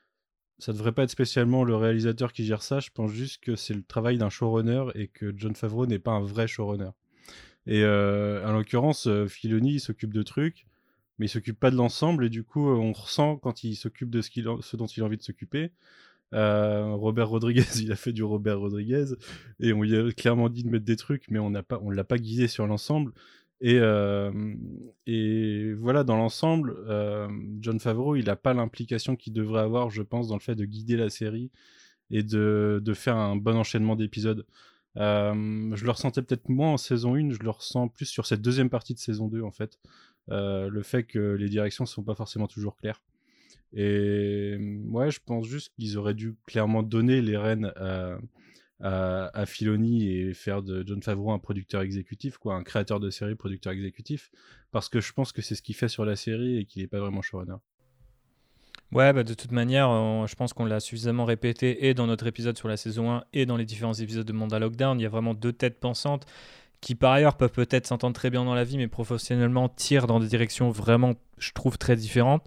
ça devrait pas être spécialement le réalisateur qui gère ça. Je pense juste que c'est le travail d'un showrunner et que Jon Favreau n'est pas un vrai showrunner. Et euh, en l'occurrence, euh, Filoni, il s'occupe de trucs, mais il s'occupe pas de l'ensemble. Et du coup, on ressent quand il s'occupe de ce, qu'il, ce dont il a envie de s'occuper. Euh, Robert Rodriguez, il a fait du Robert Rodriguez et on lui a clairement dit de mettre des trucs, mais on n'a pas, on l'a pas guidé sur l'ensemble. Et, euh, et voilà, dans l'ensemble, euh, Jon Favreau, il n'a pas l'implication qu'il devrait avoir, je pense, dans le fait de guider la série et de, de faire un bon enchaînement d'épisodes. Euh, je le ressentais peut-être moins en saison un, je le ressens plus sur cette deuxième partie de saison deux, en fait. Euh, le fait que les directions ne sont pas forcément toujours claires. Et ouais, je pense juste qu'ils auraient dû clairement donner les rênes à, à, à Filoni et faire de Jon Favreau un producteur exécutif, quoi, un créateur de série, producteur exécutif, parce que je pense que c'est ce qu'il fait sur la série et qu'il n'est pas vraiment showrunner. Ouais, bah de toute manière, on- je pense qu'on l'a suffisamment répété et dans notre épisode sur la saison un et dans les différents épisodes de Manda Lockdown. Il y a vraiment deux têtes pensantes qui, par ailleurs, peuvent peut-être s'entendre très bien dans la vie, mais professionnellement tirent dans des directions vraiment, je trouve, très différentes.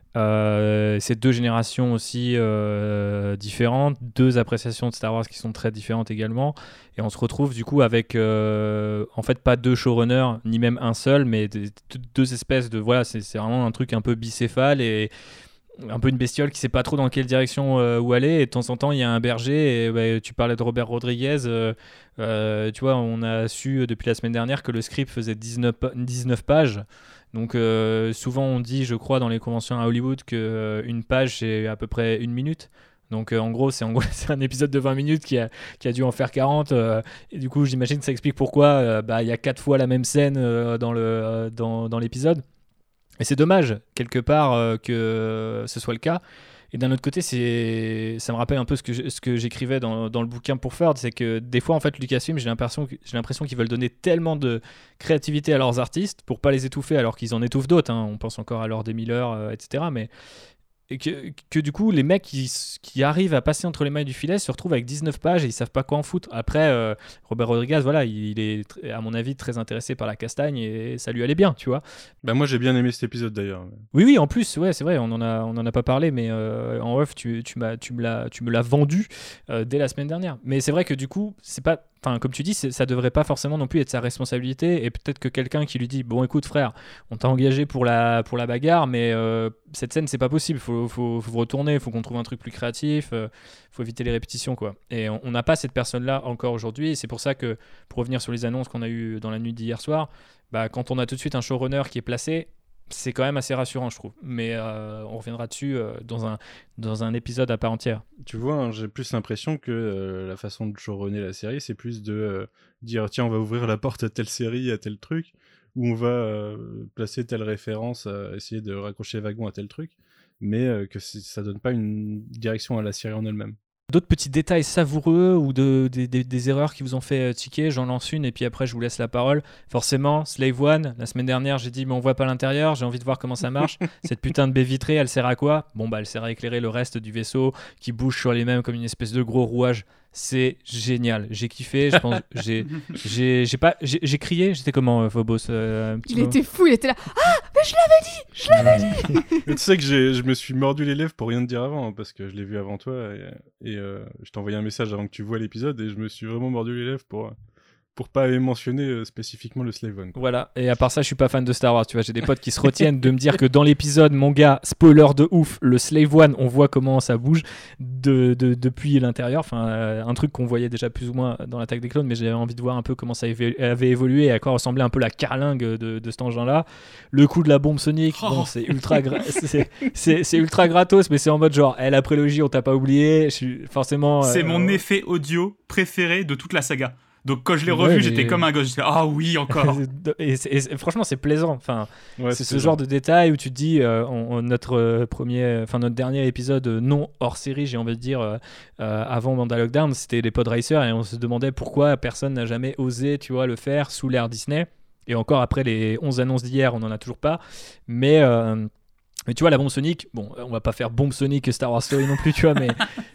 Euh, c'est deux générations aussi euh, différentes, deux appréciations de Star Wars qui sont très différentes également, et on se retrouve du coup avec euh, en fait pas deux showrunners ni même un seul, mais des- deux, deux espèces de voilà, c'est, c'est vraiment un truc un peu bicéphale et un peu une bestiole qui sait pas trop dans quelle direction euh, où aller, et de temps en temps il y a un berger, et bah, tu parlais de Robert Rodriguez, euh, euh, tu vois, on a su euh, depuis la semaine dernière que le script faisait dix-neuf, pa- dix-neuf pages. Donc euh, souvent on dit, je crois, dans les conventions à Hollywood que euh, une page c'est à peu près une minute. Donc euh, en gros c'est, en gros c'est un épisode de vingt minutes qui a, qui a dû en faire quarante, euh, et du coup j'imagine que ça explique pourquoi euh, bah, il y a quatre fois la même scène euh, dans, le, euh, dans, dans l'épisode. Et c'est dommage, quelque part, euh, que ce soit le cas. Et d'un autre côté, c'est... ça me rappelle un peu ce que, je- ce que j'écrivais dans, dans le bouquin pour Ford, c'est que des fois, en fait, Lucasfilm, j'ai l'impression, que- j'ai l'impression qu'ils veulent donner tellement de créativité à leurs artistes pour pas les étouffer, alors qu'ils en étouffent d'autres, hein. On pense encore à Lord Miller, euh, et cetera. Mais et que, que du coup, les mecs qui, s- qui arrivent à passer entre les mailles du filet se retrouvent avec dix-neuf pages et ils savent pas quoi en foutre. Après, euh, Robert Rodriguez, voilà, il, il est, tr- à mon avis, très intéressé par la castagne et ça lui allait bien, tu vois. Bah moi j'ai bien aimé cet épisode d'ailleurs. Oui, oui, en plus, ouais, c'est vrai, on en a, on en a pas parlé, mais euh, en off, tu, tu, m'as, tu, me l'as, tu me l'as vendu euh, dès la semaine dernière. Mais c'est vrai que du coup, c'est pas, enfin, comme tu dis, c'est, ça devrait pas forcément non plus être sa responsabilité. Et peut-être que quelqu'un qui lui dit, bon, écoute, frère, on t'a engagé pour la, pour la bagarre, mais euh, cette scène, c'est pas possible. Faut, faut, faut retourner, faut qu'on trouve un truc plus créatif, euh, faut éviter les répétitions, quoi. Et on on n'a pas cette personne-là encore aujourd'hui. Et c'est pour ça que, pour revenir sur les annonces qu'on a eues dans la nuit d'hier soir, bah, quand on a tout de suite un showrunner qui est placé, c'est quand même assez rassurant, je trouve. Mais euh, on reviendra dessus euh, dans, un, dans un épisode à part entière. Tu vois, hein, j'ai plus l'impression que euh, la façon de showrunner la série, c'est plus de euh, dire tiens, on va ouvrir la porte à telle série, à tel truc, ou on va euh, placer telle référence, à essayer de raccrocher wagon à tel truc, mais euh, que c'est- ça donne pas une direction à la série en elle-même. D'autres petits détails savoureux ou de, des, des- des erreurs qui vous ont fait euh, tiquer, j'en lance une et puis après je vous laisse la parole. Forcément, Slave One, la semaine dernière j'ai dit mais on voit pas l'intérieur, j'ai envie de voir comment ça marche. Cette putain de baie vitrée, elle sert à quoi? Bon bah elle sert à éclairer le reste du vaisseau qui bouge sur les mêmes comme une espèce de gros rouage. C'est génial, j'ai kiffé, je pense, j'ai, j'ai, j'ai pas, j'ai, j'ai crié, j'étais comment euh, Phobos euh, un petit Il moment était fou, il était là. Ah, mais je l'avais dit, je l'avais dit. Mais tu sais que j'ai- je me suis mordu les lèvres pour rien te dire avant, hein, parce que je l'ai vu avant toi, et, et, euh, je t'ai envoyé un message avant que tu vois l'épisode, et je me suis vraiment mordu les lèvres pour, pour pas mentionner euh, spécifiquement le Slave One. Voilà, et à part ça, je suis pas fan de Star Wars, tu vois, j'ai des potes qui se retiennent de me dire que dans l'épisode, mon gars, spoiler de ouf, le Slave One, on voit comment ça bouge de, de- depuis l'intérieur, enfin, euh, un truc qu'on voyait déjà plus ou moins dans l'Attaque des Clones, mais j'avais envie de voir un peu comment ça éve- avait évolué et à quoi ressemblait un peu la carlingue de, de cet engin-là. Le coup de la bombe sonique, Oh. bon, c'est ultra, gra- c'est, c'est- c'est ultra gratos, mais c'est en mode genre, eh, la prélogie, on t'a pas oublié, je suis forcément... C'est euh, mon effet audio préféré de toute la saga. Donc quand je l'ai Ouais, revu, mais- j'étais comme un gosse. J'étais ah oui encore. et, c'est- et c'est- franchement, c'est plaisant, enfin... Ouais, c'est ce c'était genre de détail où tu te dis, euh, on- on- notre euh, premier, enfin notre dernier épisode euh, non hors série, j'ai envie de dire, euh, euh, avant Manda Lockdown, c'était les Pod Racers et on se demandait pourquoi personne n'a jamais osé, tu vois, le faire sous l'ère Disney. Et encore après les onze annonces d'hier, on n'en a toujours pas. Mais, euh, mais tu vois, la bombe sonique, bon, on va pas faire bombe sonique Star Wars Story non plus, tu vois, mais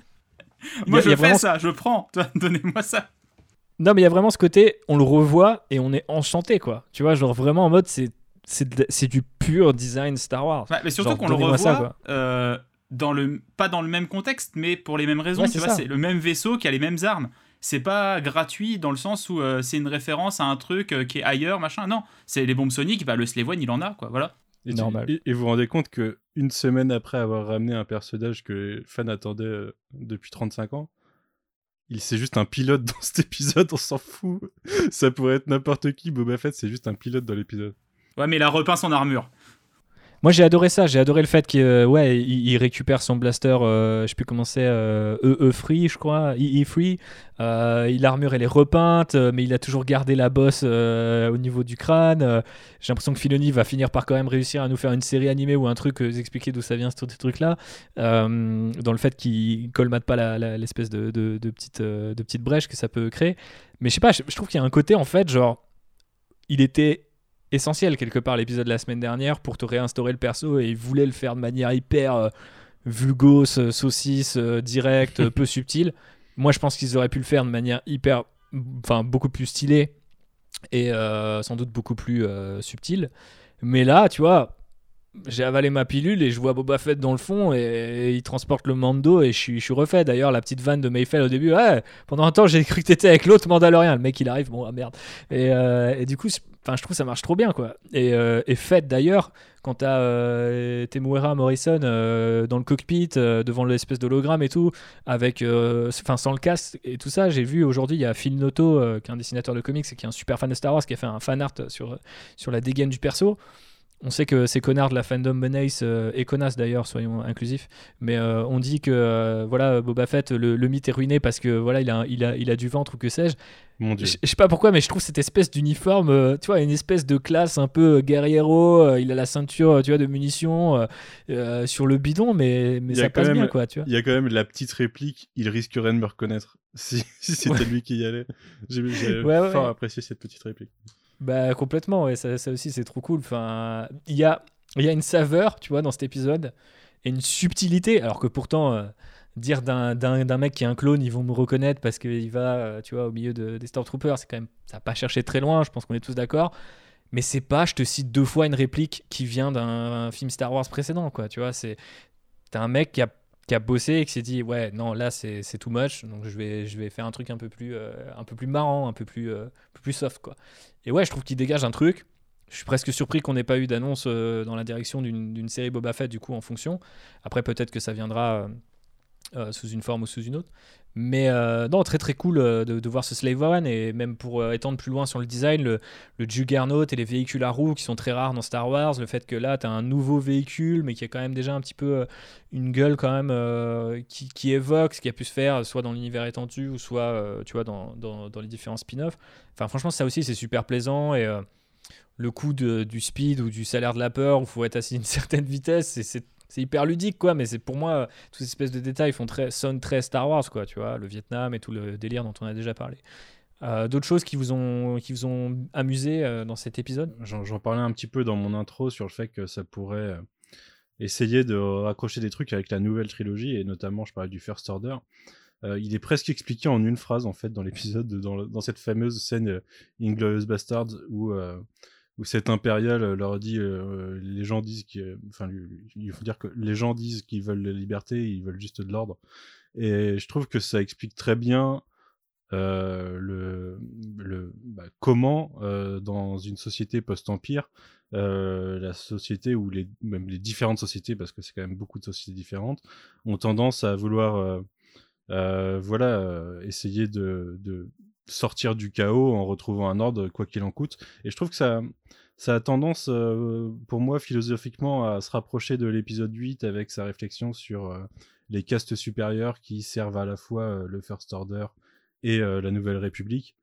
Moi y a- je y a fais vraiment- ça, je prends. Toi, donnez-moi ça. non, mais il y a vraiment ce côté, on le revoit et on est enchanté, quoi. Tu vois, genre vraiment en mode, c'est c'est de- c'est du pur design Star Wars. Ouais, mais surtout Genre, qu'on le donnez-moi revoit ça, quoi. euh, dans le pas dans le même contexte, mais pour les mêmes raisons. Ouais, tu c'est vois, ça. c'est le même vaisseau qui a les mêmes armes. C'est pas gratuit dans le sens où euh, c'est une référence à un truc euh, qui est ailleurs, machin. Non, c'est les bombes soniques. Bah, le Slave One, il en a, quoi. Voilà. Et, tu- Normal. et, et vous vous rendez compte que une semaine après avoir ramené un personnage que les fans attendaient euh, depuis trente-cinq ans, il c'est juste un pilote dans cet épisode, on s'en fout. Ça pourrait être n'importe qui, Boba Fett, c'est juste un pilote dans l'épisode. Ouais, mais il a repeint son armure. Moi j'ai adoré ça, j'ai adoré le fait qu'il euh, ouais, il, il récupère son blaster, euh, je sais plus comment c'est, euh, E E Free je crois, E E Free. Euh, l'armure elle est repeinte, euh, mais il a toujours gardé la bosse euh, au niveau du crâne. Euh, j'ai l'impression que Filoni va finir par quand même réussir à nous faire une série animée ou un truc, euh, expliquer d'où ça vient ce, ce truc là, euh, dans le fait qu'il colmate pas la, la, l'espèce de, de, de, petite, euh, de petite brèche que ça peut créer. Mais je sais pas, je, je trouve qu'il y a un côté en fait, genre, il était essentiel quelque part l'épisode de la semaine dernière pour te réinstaurer le perso et il voulait le faire de manière hyper euh, vulgose, euh, saucisse, euh, directe, euh, peu subtile. Moi je pense qu'ils auraient pu le faire de manière hyper, enfin beaucoup plus stylée et euh, sans doute beaucoup plus euh, subtile. Mais là tu vois, j'ai avalé ma pilule et je vois Boba Fett dans le fond et, et il transporte le Mando et je suis, je suis refait. D'ailleurs, la petite vanne de Mayfell au début, ouais, pendant un temps j'ai cru que t'étais avec l'autre Mandalorien. Le mec il arrive, bon, ah merde. Et, euh, et du coup, enfin, je trouve que ça marche trop bien quoi. Et, euh, et Fett d'ailleurs, quand t'as euh, Temuera Morrison euh, dans le cockpit euh, devant l'espèce d'hologramme et tout, avec, enfin, euh, sans le casque et tout ça, j'ai vu aujourd'hui, il y a Phil Noto, euh, qui est un dessinateur de comics et qui est un super fan de Star Wars, qui a fait un fan art sur, sur la dégaine du perso. On sait que ces connards de la fandom menace euh, et connasses d'ailleurs, soyons inclusifs, mais euh, on dit que euh, voilà, Boba Fett, le, le mythe est ruiné parce que voilà, il a, il a, il a du ventre ou que sais-je. Mon Dieu. Je je sais pas pourquoi, mais je trouve cette espèce d'uniforme, euh, tu vois, une espèce de classe un peu euh, guerriero. Euh, il a la ceinture, tu vois, de munitions euh, euh, sur le bidon, mais, mais Il y a ça quand passe même- bien, quoi, tu vois. Il y a quand même la petite réplique, il risquerait de me reconnaître si, si c'était Ouais. lui qui y allait. J'ai j'ai Ouais, ouais, fort ouais. apprécié cette petite réplique. Bah complètement, ouais, ça, ça aussi c'est trop cool. Enfin, il y a, il y a une saveur, tu vois, dans cet épisode, et une subtilité, alors que pourtant, euh, dire d'un, d'un, d'un mec qui est un clone, ils vont me reconnaître parce qu'il va, euh, tu vois, au milieu de, des Stormtroopers, c'est quand même, ça n'a pas cherché très loin, je pense qu'on est tous d'accord. Mais c'est pas, je te cite deux fois une réplique qui vient d'un, d'un film Star Wars précédent, quoi, tu vois, c'est, t'as un mec qui a qui a bossé et qui s'est dit ouais non là c'est, c'est too much, donc je vais, je vais faire un truc un peu plus, euh, un peu plus marrant, un peu plus, euh, un peu plus soft quoi. Et ouais, je trouve qu'il dégage un truc. Je suis presque surpris qu'on n'ait pas eu d'annonce euh, dans la direction d'une, d'une série Boba Fett du coup en fonction. Après peut-être que ça viendra euh, euh, sous une forme ou sous une autre. Mais euh, non, très très cool euh, de, de voir ce Slave One, et même pour euh, étendre plus loin sur le design, le, le Juggernaut et les véhicules à roues qui sont très rares dans Star Wars, le fait que là tu as un nouveau véhicule mais qui a quand même déjà un petit peu euh, une gueule quand même euh, qui, qui évoque ce qui a pu se faire soit dans l'univers étendu ou soit euh, tu vois dans, dans, dans les différents spin-offs. Enfin franchement ça aussi c'est super plaisant, et euh, le coup de, du speed ou du salaire de la peur où il faut être assis à une certaine vitesse, c'est, c'est c'est hyper ludique quoi, mais c'est pour moi toutes ces espèces de détails font très, sonnent très Star Wars quoi, tu vois, le Vietnam et tout le délire dont on a déjà parlé. Euh, d'autres choses qui vous ont, qui vous ont amusé euh, dans cet épisode? J'en, j'en parlais un petit peu dans mon intro sur le fait que ça pourrait euh, essayer de raccrocher des trucs avec la nouvelle trilogie, et notamment je parlais du First Order. Euh, il est presque expliqué en une phrase en fait dans l'épisode, dans, le- dans cette fameuse scène euh, Inglourious Basterds où euh, où cet impérial euh, leur dit, euh, les gens disent que, enfin, il faut dire que les gens disent qu'ils veulent la liberté, ils veulent juste de l'ordre. Et je trouve que ça explique très bien euh, le, le bah, comment euh, dans une société post-empire, euh, la société ou les même les différentes sociétés, parce que c'est quand même beaucoup de sociétés différentes, ont tendance à vouloir euh, euh, voilà, euh, essayer de, de sortir du chaos en retrouvant un ordre, quoi qu'il en coûte. Et je trouve que ça, ça a tendance, euh, pour moi, philosophiquement, à se rapprocher de l'épisode huit avec sa réflexion sur euh, les castes supérieures qui servent à la fois euh, le First Order et euh, la Nouvelle République.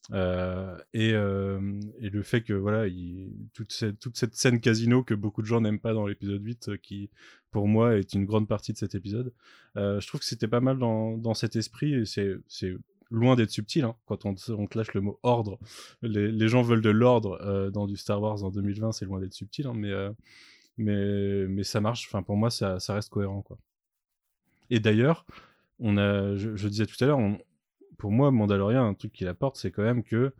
Euh, et, euh, et le fait que voilà, il, toute, cette, toute cette scène casino que beaucoup de gens n'aiment pas dans l'épisode huit, euh, qui pour moi est une grande partie de cet épisode, euh, je trouve que c'était pas mal dans, dans cet esprit, et c'est, c'est loin d'être subtil hein, quand on, on te lâche le mot ordre. Les, les gens veulent de l'ordre euh, dans du Star Wars en deux mille vingt, c'est loin d'être subtil, hein, mais, euh, mais, mais ça marche, enfin, pour moi ça, ça reste cohérent quoi. Et d'ailleurs, on a, je, je disais tout à l'heure, on, pour moi, Mandalorian, un truc qu'il apporte, c'est quand même que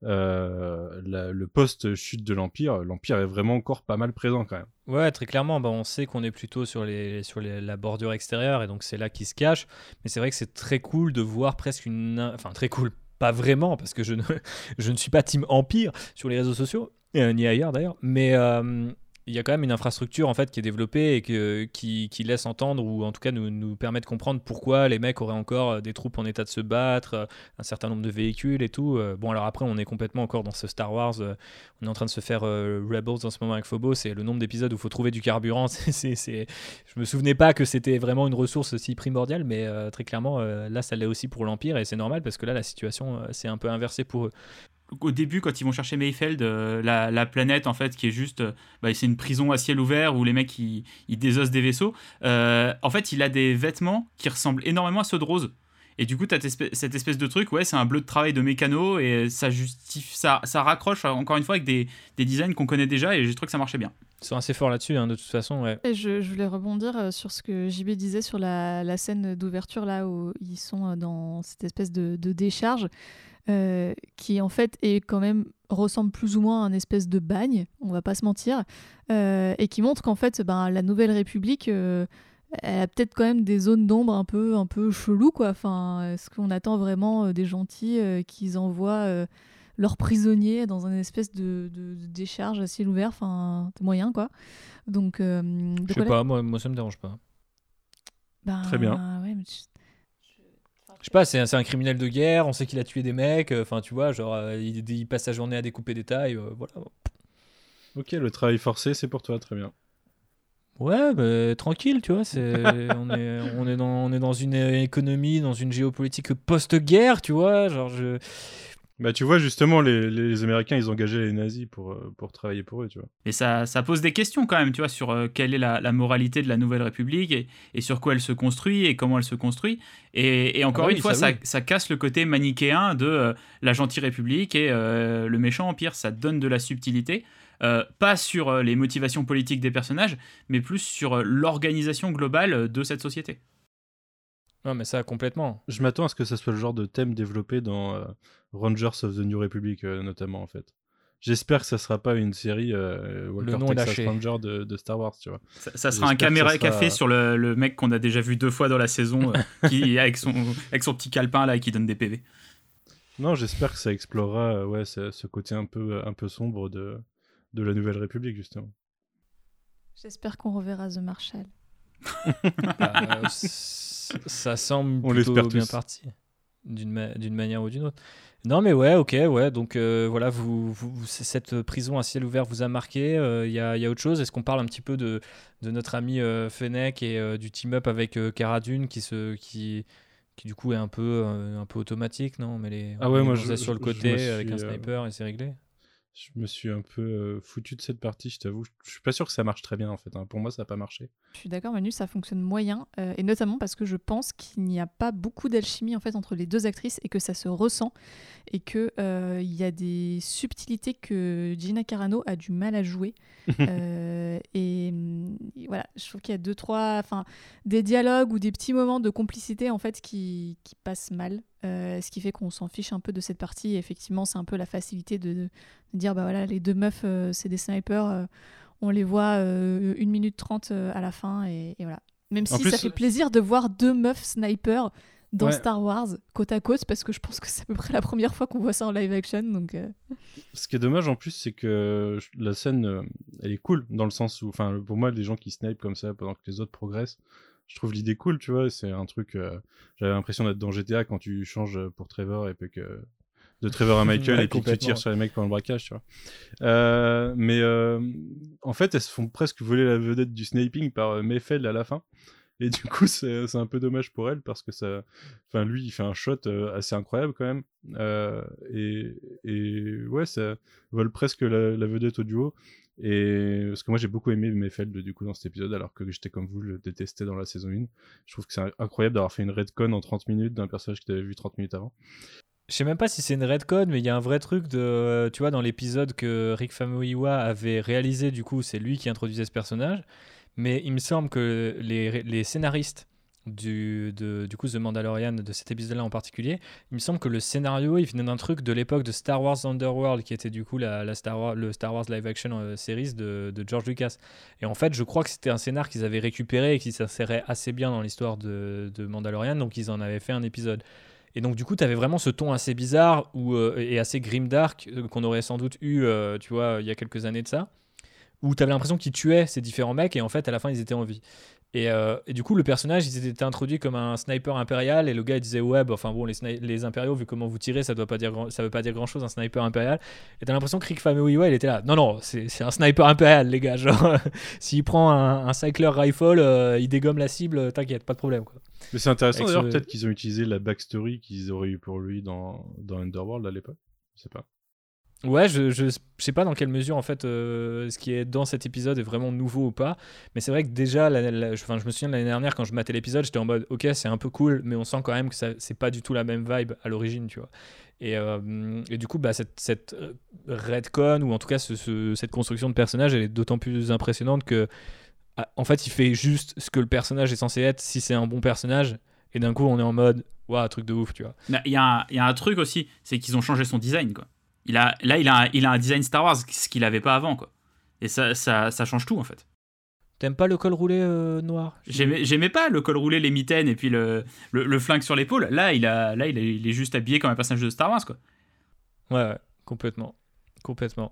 euh, la, le post-chute de l'Empire, l'Empire est vraiment encore pas mal présent quand même. Ouais, très clairement, bah, on sait qu'on est plutôt sur, les, sur les, la bordure extérieure, et donc c'est là qu'il se cache. Mais c'est vrai que c'est très cool de voir presque une... Enfin, très cool, pas vraiment, parce que je ne, je ne suis pas team Empire sur les réseaux sociaux, euh, ni ailleurs d'ailleurs, mais... Euh, il y a quand même une infrastructure en fait qui est développée et que, qui, qui laisse entendre ou en tout cas nous, nous permet de comprendre pourquoi les mecs auraient encore des troupes en état de se battre, un certain nombre de véhicules et tout. Bon alors après on est complètement encore dans ce Star Wars, on est en train de se faire euh, Rebels en ce moment avec Phobos et le nombre d'épisodes où il faut trouver du carburant, c'est, c'est, c'est... je me souvenais pas que c'était vraiment une ressource aussi primordiale, mais euh, très clairement euh, là ça l'est aussi pour l'Empire et c'est normal parce que là la situation euh, s'est un peu inversée pour eux. Au début, quand ils vont chercher Mayfeld, euh, la, la planète en fait qui est juste, euh, bah, c'est une prison à ciel ouvert où les mecs ils, ils désossent des vaisseaux. Euh, en fait, il a des vêtements qui ressemblent énormément à ceux de Rose. Et du coup, t'as espèce, cette espèce de truc, ouais, c'est un bleu de travail de mécano et ça justifie, ça, ça raccroche encore une fois avec des, des designs qu'on connaît déjà et j'ai trouvé que ça marchait bien. Ils sont assez forts là-dessus, hein, de toute façon. Ouais. Et je, je voulais rebondir sur ce que J B disait sur la, la scène d'ouverture là où ils sont dans cette espèce de, de décharge. Euh, qui en fait est quand même ressemble plus ou moins à un espèce de bagne, on va pas se mentir, euh, et qui montre qu'en fait ben, la Nouvelle République euh, elle a peut-être quand même des zones d'ombre un peu, un peu chelou quoi. Enfin, est-ce qu'on attend vraiment euh, des gentils euh, qu'ils envoient euh, leurs prisonniers dans une espèce de, de, de décharge à ciel ouvert, enfin c'est moyen quoi. Donc, euh, je sais pas, moi, moi ça me dérange pas. Ben, Très bien. Ouais, mais tu... Je sais pas, c'est un, c'est un criminel de guerre, on sait qu'il a tué des mecs, enfin euh, tu vois, genre euh, il, il passe sa journée à découper des tailles, euh, voilà. Ok, le travail forcé, c'est pour toi, très bien. Ouais, bah, tranquille, tu vois, c'est, on, est, on, est dans, on est dans une économie, dans une géopolitique post-guerre, tu vois, genre je... Bah tu vois, justement, les, les Américains, ils engageaient les nazis pour, pour travailler pour eux, tu vois. Et ça, ça pose des questions quand même, tu vois, sur euh, quelle est la, la moralité de la Nouvelle République et, et sur quoi elle se construit et comment elle se construit. Et, et encore ah bah une oui, fois, ça, ça, oui. ça casse le côté manichéen de euh, la gentille République et euh, le méchant Empire. Ça donne de la subtilité, euh, pas sur euh, les motivations politiques des personnages, mais plus sur euh, l'organisation globale de cette société. Non, mais ça, complètement. Je m'attends à ce que ça soit le genre de thème développé dans euh, Rangers of the New Republic, euh, notamment, en fait. J'espère que ça sera pas une série euh, Walker Texas Ranger de, de Star Wars, tu vois. Ça, ça sera un caméra sera... café sur le, le mec qu'on a déjà vu deux fois dans la saison, euh, qui avec son, avec son petit calepin là et qui donne des P V. Non, j'espère que ça explorera euh, ouais, ce, ce côté un peu, un peu sombre de, de la Nouvelle République, justement. J'espère qu'on reverra The Marshal. euh, ça semble On plutôt l'espère bien tous. parti, d'une, ma- d'une manière ou d'une autre. Non mais ouais, ok, ouais, donc euh, voilà, vous, vous, cette prison à ciel ouvert vous a marqué, il euh, y, a, y a autre chose, est-ce qu'on parle un petit peu de, de notre ami euh, Fennec et euh, du team-up avec euh, Cara Dune qui, se, qui, qui du coup est un peu, euh, un peu automatique, non mais les, Ah ouais, les moi gonzesses je, sur le je- côté je me suis, avec un euh, sniper et c'est réglé. Je me suis un peu euh, foutu de cette partie, je t'avoue. Je suis pas sûr que ça marche très bien, en fait. hein. Pour moi, ça n'a pas marché. Je suis d'accord, Manu, ça fonctionne moyen, euh, et notamment parce que je pense qu'il n'y a pas beaucoup d'alchimie en fait entre les deux actrices et que ça se ressent et que euh, il y a des subtilités que Gina Carano a du mal à jouer. euh, et, et voilà, je trouve qu'il y a deux trois, enfin, des dialogues ou des petits moments de complicité en fait qui, qui passent mal. Euh, ce qui fait qu'on s'en fiche un peu de cette partie. Et effectivement, c'est un peu la facilité de, de dire bah voilà, les deux meufs, euh, c'est des snipers. Euh, on les voit euh, une minute trente euh, à la fin. Et, et voilà. Même En si plus, ça fait plaisir de voir deux meufs snipers dans Ouais. Star Wars côte à côte, parce que je pense que c'est à peu près la première fois qu'on voit ça en live action. Donc, euh, Ce qui est dommage en plus, c'est que je- la scène, euh, elle est cool dans le sens où, enfin, pour moi, les gens qui snipent comme ça pendant que les autres progressent, je trouve l'idée cool, tu vois. C'est un truc. euh, J'avais l'impression d'être dans G T A quand tu changes pour Trevor et puis que de Trevor à Michael Ouais, et puis que tu complètement. tires sur les mecs pendant le braquage, tu vois. Euh, mais euh, en fait, elles se font presque voler la vedette du sniping par euh, Mayfeld à la fin. Et du coup, c'est c'est un peu dommage pour elle parce que ça. Enfin, lui, il fait un shot euh, assez incroyable quand même. Euh, et, et ouais, ça vole presque la, la vedette au duo. Et parce que moi, j'ai beaucoup aimé Mayfeld du coup dans cet épisode, alors que j'étais comme vous, je le détestais dans la saison un. Je trouve que c'est incroyable d'avoir fait une redcon en trente minutes d'un personnage que tu avais vu trente minutes avant. Je sais même pas si c'est une redcon, mais il y a un vrai truc de, tu vois, dans l'épisode que Rick Famuyiwa avait réalisé, du coup, c'est lui qui introduisait ce personnage. Mais il me semble que les, les scénaristes du, de, du coup, The Mandalorian, de cet épisode-là en particulier, il me semble que le scénario, il venait d'un truc de l'époque de Star Wars Underworld, qui était du coup la, la Star Wars, le Star Wars live action euh, series de, de George Lucas. Et en fait, je crois que c'était un scénar qu'ils avaient récupéré et qui s'insérait assez bien dans l'histoire de, de Mandalorian, donc ils en avaient fait un épisode. Et donc du coup, tu avais vraiment ce ton assez bizarre où, euh, et assez grimdark euh, qu'on aurait sans doute eu, euh, tu vois, il y a quelques années de ça, où t'avais l'impression qu'ils tuaient ces différents mecs et en fait à la fin ils étaient en vie. Et, euh, et du coup, le personnage, il était introduit comme un sniper impérial et le gars il disait ouais, bah, enfin bon, les, sni- les impériaux, vu comment vous tirez, ça doit pas dire grand- ça veut pas dire grand chose un sniper impérial. Et t'as l'impression que Rick Famuyiwa, il était là. Non non, c'est, c'est un sniper impérial les gars. Genre, s'il prend un, un cycler rifle, euh, il dégomme la cible, t'inquiète, pas de problème quoi. Mais c'est intéressant Avec d'ailleurs, ce- peut-être qu'ils ont utilisé la backstory qu'ils auraient eu pour lui dans, dans Underworld à l'époque. Je sais pas. Ouais, je, je, je sais pas dans quelle mesure en fait euh, ce qui est dans cet épisode est vraiment nouveau ou pas, mais c'est vrai que déjà, la, la- je, enfin, je me souviens de l'année dernière quand je matais l'épisode, j'étais en mode ok, c'est un peu cool, mais on sent quand même que ça, c'est pas du tout la même vibe à l'origine, tu vois. Et, euh, et du coup, bah, cette, cette euh, retcon ou en tout cas ce, ce- cette construction de personnage, elle est d'autant plus impressionnante que ah, en fait, il fait juste ce que le personnage est censé être si c'est un bon personnage, et d'un coup, on est en mode waouh, truc de ouf, tu vois. Il y, a un- il y a un truc aussi, c'est qu'ils ont changé son design, quoi. Il a, là, il a, un, il a un design Star Wars, ce qu'il avait pas avant, quoi. Et ça, ça, ça change tout, en fait. T'aimes pas le col roulé euh, noir? J'aimais, j'aimais pas le col roulé, les mitaines et puis le, le, le flingue sur l'épaule. Là, il, a, là il, est, il est juste habillé comme un personnage de Star Wars, quoi. Ouais, ouais, complètement. Complètement.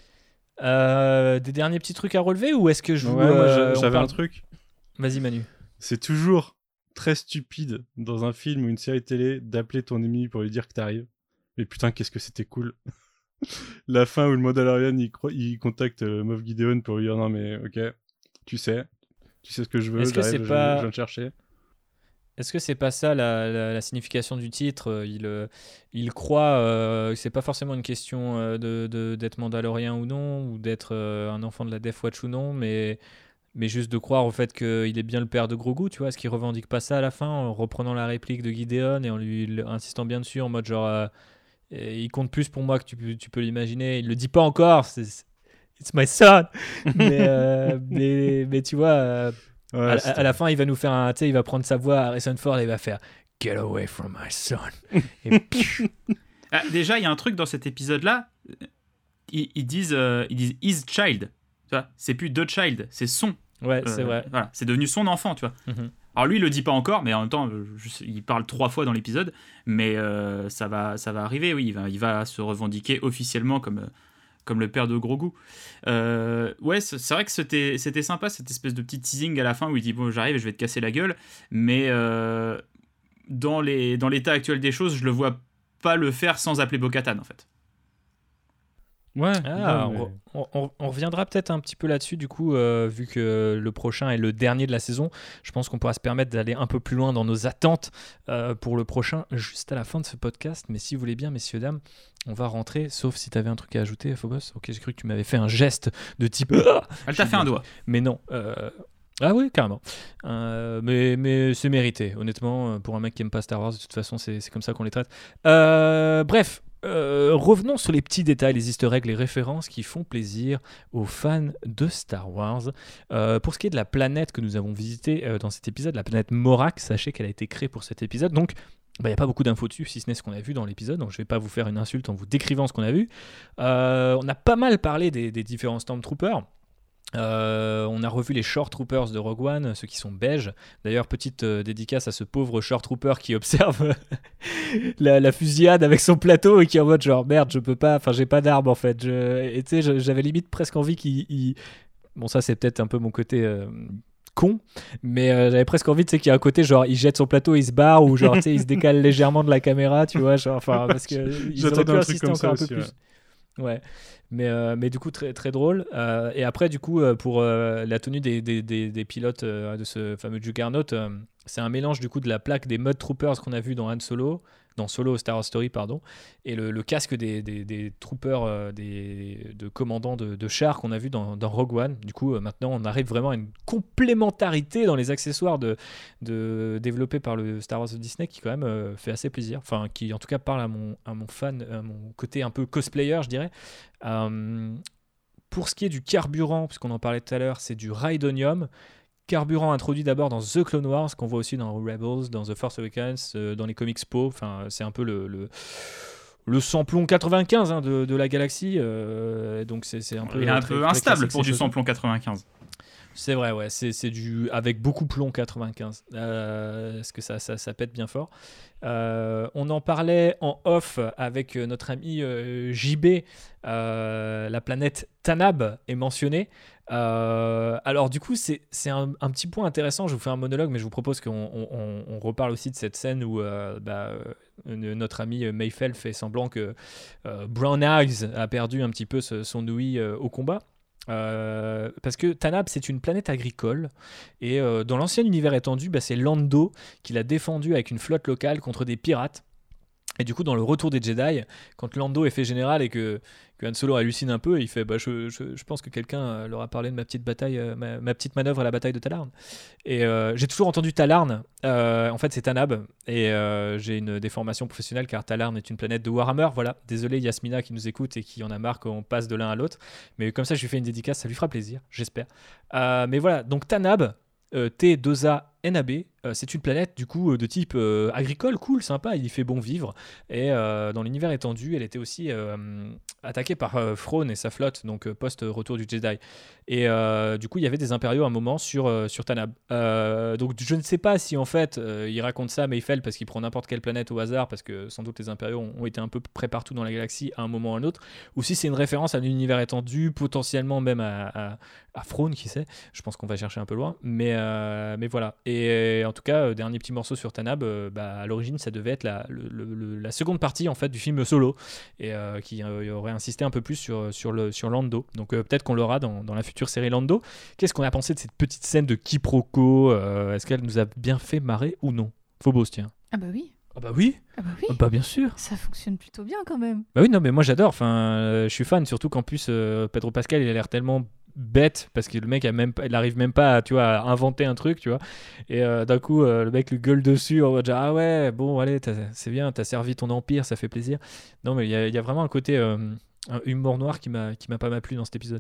Euh, des derniers petits trucs à relever ou est-ce que je vous. Ouais, moi, euh, je- on j'avais parle- un truc. Vas-y, Manu. C'est toujours très stupide dans un film ou une série télé d'appeler ton ennemi pour lui dire que t'arrives. Mais putain, qu'est-ce que c'était cool. La fin où le Mandalorian il, cro- il contacte euh, Moff Gideon pour lui dire non mais ok, tu sais, tu sais ce que je veux, Est-ce que j'arrive, c'est je, pas- je viens te chercher. Est-ce que c'est pas ça la, la- la signification du titre? euh, Il, euh, il croit euh, que c'est pas forcément une question euh, de, de- d'être mandalorien ou non, ou d'être euh, un enfant de la Death Watch ou non, mais, mais juste de croire au fait qu'il est bien le père de Grogu, tu vois. Est-ce qu'il revendique pas ça à la fin en reprenant la réplique de Gideon et en lui l- insistant bien dessus en mode genre euh, et il compte plus pour moi que tu, peux- tu peux l'imaginer. Il le dit pas encore, c'est c'est- It's my son. mais, euh, mais, mais tu vois, euh, Ouais, à, c'était- à la fin, il va nous faire un, tu sais, il va prendre sa voix à Harrison Ford et il va faire Get away from my son. Et piou. Ah, déjà, il y a un truc dans cet épisode-là. Ils, ils disent, euh, ils disent his child. Tu vois, c'est plus the child, c'est son. Ouais, c'est Euh, vrai. Voilà, c'est devenu son enfant, tu vois. Mhm. Alors lui, il le dit pas encore, mais en même temps, je sais- il parle trois fois dans l'épisode, mais euh, ça va, ça va arriver. Oui, il va, il va se revendiquer officiellement comme, euh, comme le père de Grogu. Euh, ouais, c'est c'est vrai que c'était, c'était sympa cette espèce de petit teasing à la fin où il dit bon, j'arrive et je vais te casser la gueule, mais euh, dans les, dans l'état actuel des choses, je le vois pas le faire sans appeler Bo-Katan en fait. Ouais. Ah, non, mais- on, on- on reviendra peut-être un petit peu là-dessus, du coup, euh, vu que le prochain est le dernier de la saison. Je pense qu'on pourra se permettre d'aller un peu plus loin dans nos attentes euh, pour le prochain, juste à la fin de ce podcast. Mais si vous voulez bien, messieurs, dames, on va rentrer, sauf si tu avais un truc à ajouter, Phobos. Ok, j'ai cru que tu m'avais fait un geste de type. Elle t'a fait un doigt. Mais non. euh, Ah oui, carrément. Euh, mais mais c'est mérité, honnêtement, pour un mec qui aime pas Star Wars, de toute façon, c'est c'est comme ça qu'on les traite. Euh, bref, euh, revenons sur les petits détails, les easter eggs, les références qui font plaisir aux fans de Star Wars. Euh, pour ce qui est de la planète que nous avons visitée euh, dans cet épisode, la planète Morak, sachez qu'elle a été créée pour cet épisode, donc il n'y a pas beaucoup d'infos dessus, si ce n'est ce qu'on a vu dans l'épisode, donc je ne vais pas vous faire une insulte en vous décrivant ce qu'on a vu. Euh, on a pas mal parlé des, des différents Stormtroopers. Euh, on a revu les Shore Troopers de Rogue One, ceux qui sont beiges. D'ailleurs, petite euh, dédicace à ce pauvre Shore Trooper qui observe la, la fusillade avec son plateau et qui est en mode genre merde, je peux pas, enfin j'ai pas d'arme en fait. Je... Et tu sais, je- j'avais limite presque envie qu'il. il- Bon, ça c'est peut-être un peu mon côté. euh, con, mais euh, j'avais presque envie, tu sais, qu'il y a un côté genre il jette son plateau, il se barre, ou genre tu sais il se décale légèrement de la caméra, tu vois, genre enfin parce que ils auraient J'attendais pu un truc insister comme ça encore un peu aussi, plus. Ouais, mais, euh, mais du coup très, très drôle. Euh, et après du coup euh, pour euh, la tenue des, des, des, des pilotes euh, de ce fameux Juggernaut, euh, c'est un mélange du coup de la plaque des Mud Troopers qu'on a vu dans Han Solo, dans Solo Star Wars Story pardon, et le, le casque des, des, des troopers, euh, des, de commandants de, de chars qu'on a vu dans, dans Rogue One. Du coup euh, maintenant on arrive vraiment à une complémentarité dans les accessoires de, de, développés par le Star Wars de Disney qui quand même euh, fait assez plaisir, enfin qui en tout cas parle à mon, à mon fan, à mon côté un peu cosplayer je dirais. Euh, pour ce qui est du carburant, puisqu'on en parlait tout à l'heure, c'est du Rhydonium. Carburant introduit d'abord dans The Clone Wars, qu'on voit aussi dans Rebels, dans The Force Awakens, euh, dans les comics Po. Enfin, c'est un peu le, le, le samplon quatre-vingt-quinze hein, de, de la galaxie. Euh, donc c'est, c'est un peu, Il est un très- peu très instable classique, pour ces du choses-là. samplon quatre-vingt-quinze. C'est vrai, ouais, c'est, c'est du avec beaucoup plomb quatre-vingt-quinze. Euh, parce que ça, ça, ça pète bien fort. Euh, on en parlait en off avec notre ami euh, J B. Euh, la planète Tanab est mentionnée. Euh, alors du coup, c'est, c'est un, un petit point intéressant. Je vous fais un monologue, mais je vous propose qu'on on, on, on reparle aussi de cette scène où euh, bah, euh, notre ami Mayfell fait semblant que euh, Brown Eyes a perdu un petit peu ce, son ouïe euh, au combat. Euh, parce que Tanab, c'est une planète agricole et euh, dans l'ancien univers étendu, bah, c'est Lando qui l'a défendu avec une flotte locale contre des pirates. Et du coup, dans le retour des Jedi, quand Lando est fait général et que, que Han Solo hallucine un peu, il fait bah, je, je, je pense que quelqu'un leur a parlé de ma petite bataille, euh, ma, ma petite manœuvre à la bataille de Talarn. Et euh, j'ai toujours entendu Talarn. Euh, en fait, c'est Tanab. Et euh, j'ai une déformation professionnelle car Talarn est une planète de Warhammer. Voilà. Désolé, Yasmina qui nous écoute et qui en a marre qu'on passe de l'un à l'autre. Mais comme ça, je lui fais une dédicace. Ça lui fera plaisir, j'espère. Euh, mais voilà. Donc, Tanab, euh, T deux A N A B, euh, c'est une planète du coup euh, de type euh, agricole, cool, sympa, il y fait bon vivre. Et euh, dans l'univers étendu, elle était aussi euh, attaquée par euh, Thrawn et sa flotte, donc euh, post-retour du Jedi. Et euh, du coup, il y avait des impériaux à un moment sur, euh, sur Tanab. Euh, donc je ne sais pas si en fait euh, il raconte ça à Mayfell parce qu'il prend n'importe quelle planète au hasard, parce que sans doute les impériaux ont, ont été un peu près partout dans la galaxie à un moment ou à un autre, ou si c'est une référence à l'univers étendu, potentiellement même à, à, à Thrawn, qui sait. Je pense qu'on va chercher un peu loin, mais, euh, mais voilà. Et en tout cas, euh, dernier petit morceau sur Tanab, euh, bah, à l'origine, ça devait être la, le, le, la seconde partie en fait du film Solo, et euh, qui euh, aurait insisté un peu plus sur, sur, le, sur Lando. Donc euh, peut-être qu'on l'aura dans, dans la future série Lando. Qu'est-ce qu'on a pensé de cette petite scène de quiproquo euh, Est-ce qu'elle nous a bien fait marrer ou non Phobos, tiens. Ah bah oui. Ah bah oui. Ah bah oui. Ah bah bien sûr. Ça fonctionne plutôt bien quand même. Bah oui, non, mais moi j'adore. Enfin, euh, je suis fan, surtout qu'en plus euh, Pedro Pascal, il a l'air tellement bête parce que le mec a même pas, il arrive même pas à, tu vois, à inventer un truc, tu vois, et euh, d'un coup euh, le mec lui gueule dessus, on va dire ah ouais bon allez t'as, c'est bien, t'as servi ton empire, ça fait plaisir. Non mais il y, y a vraiment un côté euh, un humour noir qui m'a qui m'a pas mal plu dans cet épisode.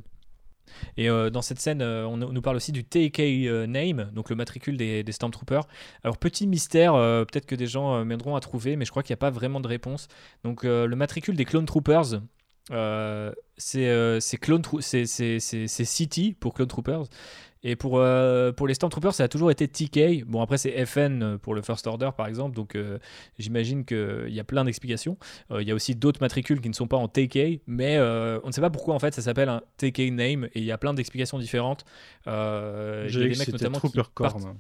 Et euh, dans cette scène, euh, on, on nous parle aussi du T K euh, name, donc le matricule des, des Stormtroopers. Alors petit mystère, euh, peut-être que des gens euh, m'aideront à trouver, mais je crois qu'il n'y a pas vraiment de réponse. Donc euh, le matricule des Clone Troopers, euh, c'est, euh, c'est, Clone Tro- c'est, c'est, c'est, c'est City pour Clone Troopers. Et pour, euh, pour les Stormtroopers, ça a toujours été T K. Bon, après, c'est F N pour le First Order, par exemple. Donc, euh, j'imagine qu'il y a plein d'explications. Euh, Il y a aussi d'autres matricules qui ne sont pas en T K. Mais euh, on ne sait pas pourquoi, en fait, ça s'appelle un T K name. Et il y a plein d'explications différentes. Euh, il y a des mecs, notamment, qui Trooper Corps. partent...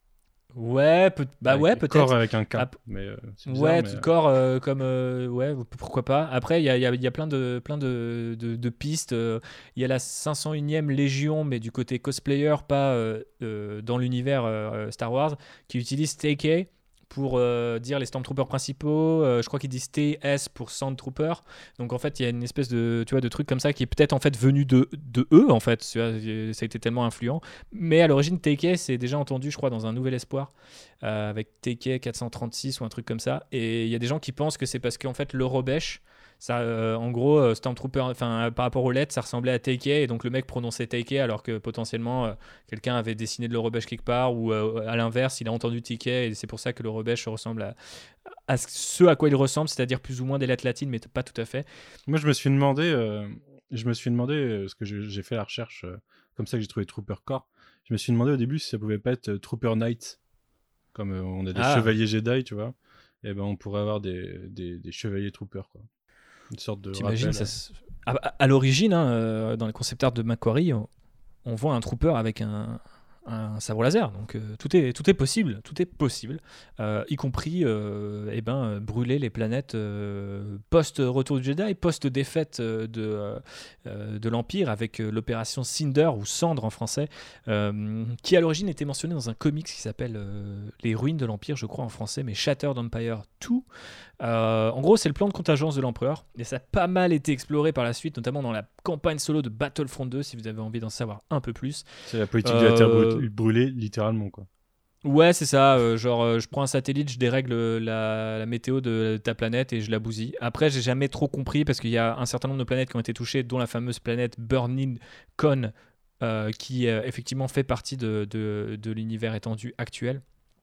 Ouais, peut... bah avec ouais, peut-être. Corps avec un K. Ah, mais, euh, c'est bizarre, ouais, mais... corps euh, comme euh, ouais, pourquoi pas. Après, il y a, y, a, y a plein de plein de, de, de pistes. Il euh, y a la cinq cent unième Légion, mais du côté cosplayer, pas euh, euh, dans l'univers euh, Star Wars, qui utilise T K pour euh, dire les Stormtroopers principaux. Euh, je crois qu'ils disent T S pour Sandtrooper. Donc en fait, il y a une espèce de, tu vois, de truc comme ça qui est peut-être en fait venu de, de eux, en fait. Tu vois, ça a été tellement influent. Mais à l'origine, T K, c'est déjà entendu, je crois, dans Un Nouvel Espoir, euh, avec T K quatre cent trente-six ou un truc comme ça. Et il y a des gens qui pensent que c'est parce qu'en fait, le Robèche, ça, euh, en gros, euh, Stormtrooper, enfin, par rapport aux lettres, ça ressemblait à T K, et donc le mec prononçait T K alors que potentiellement euh, quelqu'un avait dessiné de l'Eurobesh quelque part, ou euh, à l'inverse, il a entendu T K, et c'est pour ça que l'Eurobesh ressemble à, à ce à quoi il ressemble, c'est-à-dire plus ou moins des lettres latines, mais pas tout à fait. Moi, je me suis demandé, euh, je me suis demandé, euh, parce que j'ai, j'ai fait la recherche, euh, comme ça que j'ai trouvé Trooper Corps, je me suis demandé au début si ça pouvait pas être euh, Trooper Knight, comme euh, on a des Ah. chevaliers Jedi, tu vois, et ben on pourrait avoir des, des, des chevaliers Troopers, quoi. Une sorte de T'imagines, rappel. ça se... à, à l'origine, hein, euh, dans les concept art de Macquarie, on, on voit un trooper avec un, un sabre laser. Donc euh, tout, est, tout est possible, tout est possible, euh, y compris euh, eh ben, euh, brûler les planètes euh, post-retour du Jedi, post-défaite euh, de, euh, de l'Empire avec euh, l'opération Cinder, ou Cendre en français, euh, qui à l'origine était mentionnée dans un comics qui s'appelle euh, Les Ruines de l'Empire, je crois en français, mais Shattered Empire deux. Euh, en gros, c'est le plan de contingence de l'Empereur, et ça a pas mal été exploré par la suite, notamment dans la campagne solo de Battlefront deux, si vous avez envie d'en savoir un peu plus. C'est la politique Euh... de la Terre brûlée, brûlée, littéralement, quoi. Ouais, c'est ça. Euh, genre, euh, je prends un satellite, je dérègle la, la météo de ta planète et je la bousille. Après, j'ai jamais trop compris parce qu'il y a un certain nombre de planètes qui ont été touchées, dont la fameuse planète Burning Con, euh, qui euh, effectivement fait partie de, de, de l'univers étendu actuel.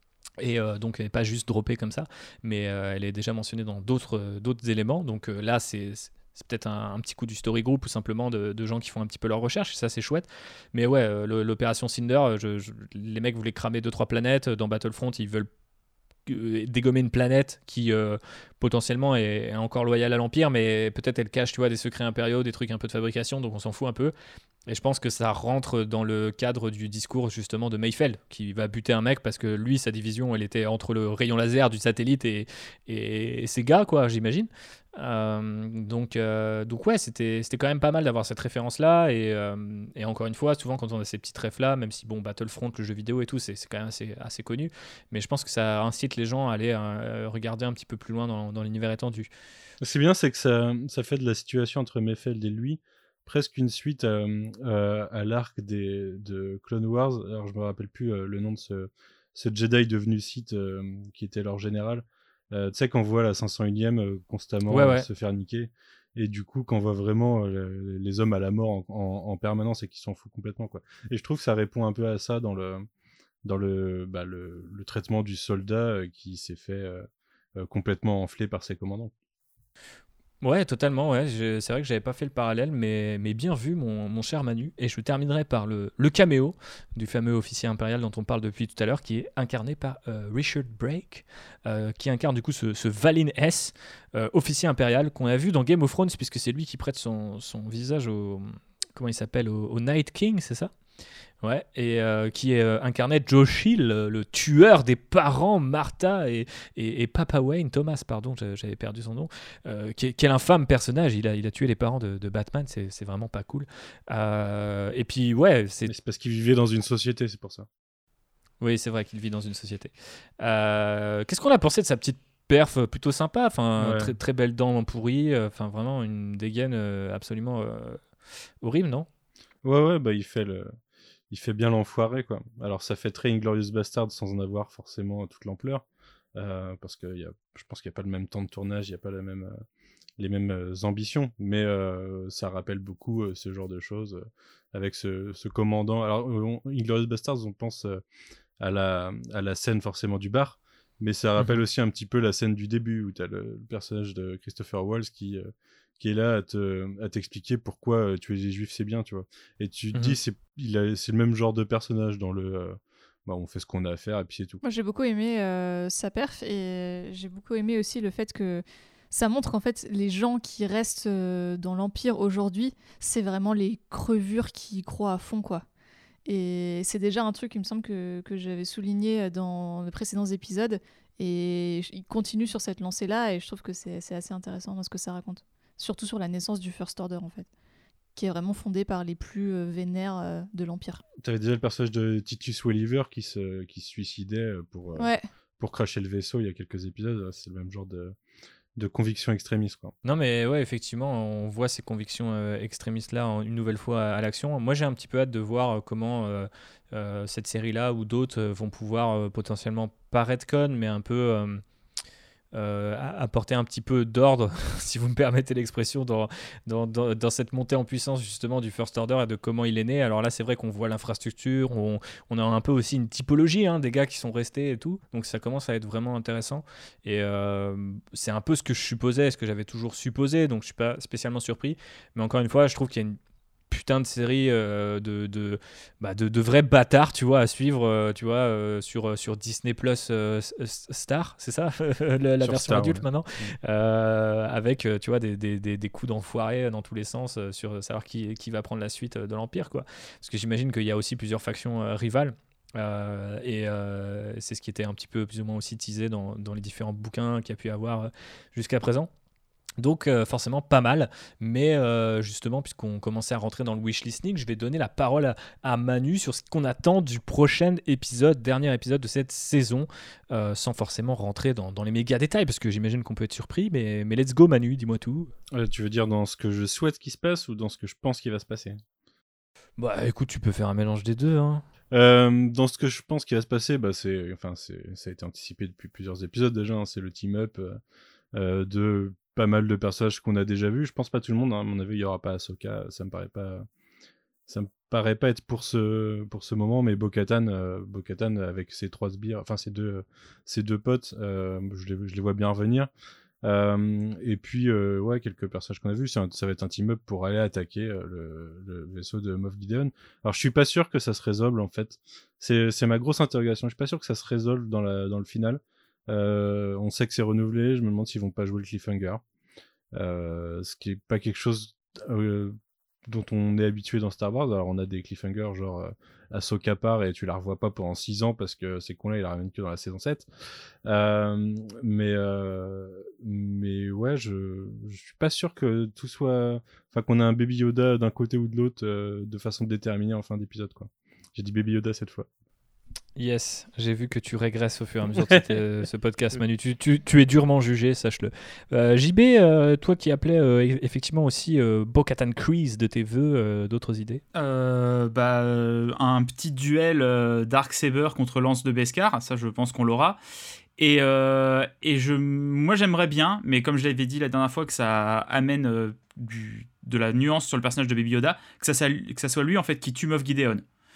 Et euh, donc elle n'est pas juste droppée comme ça, mais euh, elle est déjà mentionnée dans d'autres, euh, d'autres éléments. Donc euh, là, c'est, c'est peut-être un, un petit coup du story group ou simplement de, de gens qui font un petit peu leur recherche, et ça c'est chouette. Mais ouais, euh, le- l'opération Cinder, je, je- les mecs voulaient cramer deux trois planètes. Dans Battlefront, ils veulent euh, dégommer une planète qui euh, potentiellement est, est encore loyale à l'Empire, mais peut-être elle cache, tu vois, des secrets impériaux, des trucs un peu de fabrication, donc on s'en fout un peu. Et je pense que ça rentre dans le cadre du discours justement de Mayfeld, qui va buter un mec parce que lui, sa division, elle était entre le rayon laser du satellite et, et, et ses gars, quoi, j'imagine. Euh, donc, euh, donc ouais, c'était, c'était quand même pas mal d'avoir cette référence-là. Et, euh, et encore une fois, souvent quand on a ces petites refs-là, même si bon, Battlefront, le jeu vidéo et tout, c'est, c'est quand même assez, assez connu, mais je pense que ça incite les gens à aller euh, regarder un petit peu plus loin dans, dans l'univers étendu. C'est bien, c'est que ça, ça fait de la situation entre Mayfeld et lui presque une suite à, euh, à l'arc des, de Clone Wars. Alors, je me rappelle plus euh, le nom de ce, ce Jedi devenu Sith euh, qui était leur général. Euh, tu sais, qu'on voit la cinq cent unième euh, constamment Ouais, euh, ouais. se faire niquer. Et du coup, qu'on voit vraiment euh, les hommes à la mort en, en, en permanence et qui s'en foutent complètement, quoi. Et je trouve que ça répond un peu à ça dans le, dans le, bah, le, le traitement du soldat euh, qui s'est fait euh, euh, complètement enfler par ses commandants. Ouais, totalement, ouais. Je- c'est vrai que j'avais pas fait le parallèle, mais, mais bien vu, mon, mon cher Manu. Et je terminerai par le, le caméo du fameux officier impérial dont on parle depuis tout à l'heure, qui est incarné par euh, Richard Brake, euh, qui incarne du coup ce, ce Valin S, euh, officier impérial, qu'on a vu dans Game of Thrones, puisque c'est lui qui prête son, son visage au. Comment il s'appelle au, au Night King, c'est ça? Ouais, et euh, qui est, euh, incarnait Joshi, le, le tueur des parents Martha et, et, et Papa Wayne, Thomas, pardon, j'a- j'avais perdu son nom. Euh, qui est- quel infâme personnage, il a, il a tué les parents de, de Batman, c'est c'est vraiment pas cool. Euh, et puis, ouais, c'est Mais c'est parce qu'il vivait dans une société, c'est pour ça. oui, c'est vrai qu'il vit dans une société. Euh, Qu'est-ce qu'on a pensé de sa petite perf euh, plutôt sympa, enfin, Ouais. très, très belle dent pourrie, euh, enfin, vraiment une dégaine euh, absolument euh, horrible, non? Ouais, ouais, bah il fait le, il fait bien l'enfoiré, quoi. Alors ça fait très Inglourious Bastard sans en avoir forcément toute l'ampleur, euh, parce que y a, je pense qu'il n'y a pas le même temps de tournage, il n'y a pas la même, euh, les mêmes euh, ambitions, mais euh, ça rappelle beaucoup euh, ce genre de choses euh, avec ce, ce commandant. Alors on, Inglourious Basterds, on pense euh, à la, à la scène forcément du bar, mais ça rappelle Mhm. aussi un petit peu la scène du début où tu as le, le personnage de Christopher Waltz qui, euh, qui est là à, te, à t'expliquer pourquoi euh, tuer les juifs c'est bien, tu vois. Et tu te Mhm. dis, c'est, il a, c'est le même genre de personnage dans le. Euh, bah, on fait ce qu'on a à faire et puis c'est tout. Moi, j'ai beaucoup aimé euh, sa perf et j'ai beaucoup aimé aussi le fait que ça montre qu'en fait, les gens qui restent euh, dans l'Empire aujourd'hui, c'est vraiment les crevures qui y croient à fond, quoi. Et c'est déjà un truc, il me semble, que, que j'avais souligné dans les précédents épisodes. Et il continue sur cette lancée-là et je trouve que c'est c'est assez intéressant dans ce que ça raconte. Surtout sur la naissance du First Order, en fait, qui est vraiment fondé par les plus euh, vénères euh, de l'Empire. T'avais déjà le personnage de Titus Welliver qui se, qui se suicidait euh, pour, euh, Ouais. pour cracher le vaisseau il y a quelques épisodes. C'est le même genre de, de conviction extrémiste, quoi. Non, mais ouais, effectivement, on voit ces convictions euh, extrémistes-là en- une nouvelle fois à, à l'action. Moi, j'ai un petit peu hâte de voir euh, comment euh, euh, cette série-là ou d'autres euh, vont pouvoir euh, potentiellement, pas retcon, mais un peu euh, euh, a- apporter un petit peu d'ordre, si vous me permettez l'expression, dans, dans, dans, dans cette montée en puissance justement du First Order et de comment il est né. Alors là, c'est vrai qu'on voit l'infrastructure, on, on a un peu aussi une typologie hein, des gars qui sont restés et tout, donc ça commence à être vraiment intéressant. Et euh, c'est un peu ce que je supposais, ce que j'avais toujours supposé, donc je suis pas spécialement surpris. Mais encore une fois, je trouve qu'il y a une putain de série euh, de, de, bah, de, de vrais bâtards, tu vois, à suivre, euh, tu vois, euh, sur, sur Disney Plus euh, Star, c'est ça la, la Sur version Star, adulte ouais. maintenant, euh, avec, euh, tu vois, des, des, des, des coups d'enfoiré dans tous les sens euh, sur savoir qui, qui va prendre la suite euh, de l'Empire, quoi. Parce que j'imagine qu'il y a aussi plusieurs factions euh, rivales. Euh, et euh, c'est ce qui était un petit peu plus ou moins aussi teasé dans, dans les différents bouquins qu'il y a pu y avoir euh, jusqu'à présent. Donc euh, forcément pas mal, mais euh, justement puisqu'on commençait à rentrer dans le wishlisting, je vais donner la parole à, à Manu sur ce qu'on attend du prochain épisode, dernier épisode de cette saison, euh, sans forcément rentrer dans, dans les méga détails, parce que j'imagine qu'on peut être surpris, mais, mais let's go Manu, dis-moi tout. Euh, tu veux dire dans ce que je souhaite qu'il se passe ou dans ce que je pense qu'il va se passer? Bah écoute, tu peux faire un mélange des deux, hein. Euh, dans ce que je pense qu'il va se passer, bah c'est, enfin c'est, ça a été anticipé depuis plusieurs épisodes déjà. Hein, c'est le team-up euh, euh, de pas mal de personnages qu'on a déjà vus. Je pense pas tout le monde. Hein, à mon avis, il y aura pas Ahsoka. Ça me paraît pas, ça me paraît pas être pour ce pour ce moment. Mais Bo-Katan, euh, Bo-Katan avec ses trois sbires, enfin ses deux ses deux potes, euh, je les je les vois bien revenir. Euh, et puis, euh, ouais, quelques personnages qu'on a vus, c'est un- ça va être un team-up pour aller attaquer euh, le, le vaisseau de Moff Gideon. Alors, je suis pas sûr que ça se résolve, en fait. C'est, c'est ma grosse interrogation. Je suis pas sûr que ça se résolve dans, la, dans le final. Euh, on sait que c'est renouvelé. Je me demande s'ils vont pas jouer le cliffhanger. Euh, ce qui est pas quelque chose euh, dont on est habitué dans Star Wars. Alors on a des cliffhangers genre euh, Ahsoka part et tu la revois pas pendant six ans parce que ces cons-là ils la ramènent que dans la saison sept. Euh, mais euh, mais ouais, je je suis pas sûr que tout soit, enfin qu'on ait un Baby Yoda d'un côté ou de l'autre euh, de façon déterminée en fin d'épisode quoi. J'ai dit Baby Yoda cette fois. Yes, j'ai vu que tu régresses au fur et à mesure de cette, euh, ce podcast, Manu. Tu, tu, tu es durement jugé, sache-le. Euh, J B, euh, toi qui appelais euh, e- effectivement aussi euh, Bo-Katan Kryze de tes voeux, euh, d'autres idées Euh, bah, euh, un petit duel euh, Darksaber contre Lance de Beskar, ça je pense qu'on l'aura. Et, euh, et je, moi j'aimerais bien, mais comme je l'avais dit la dernière fois, que ça amène euh, du, de la nuance sur le personnage de Baby Yoda, que ça, ça, que ça soit lui en fait qui tue Moff Gideon.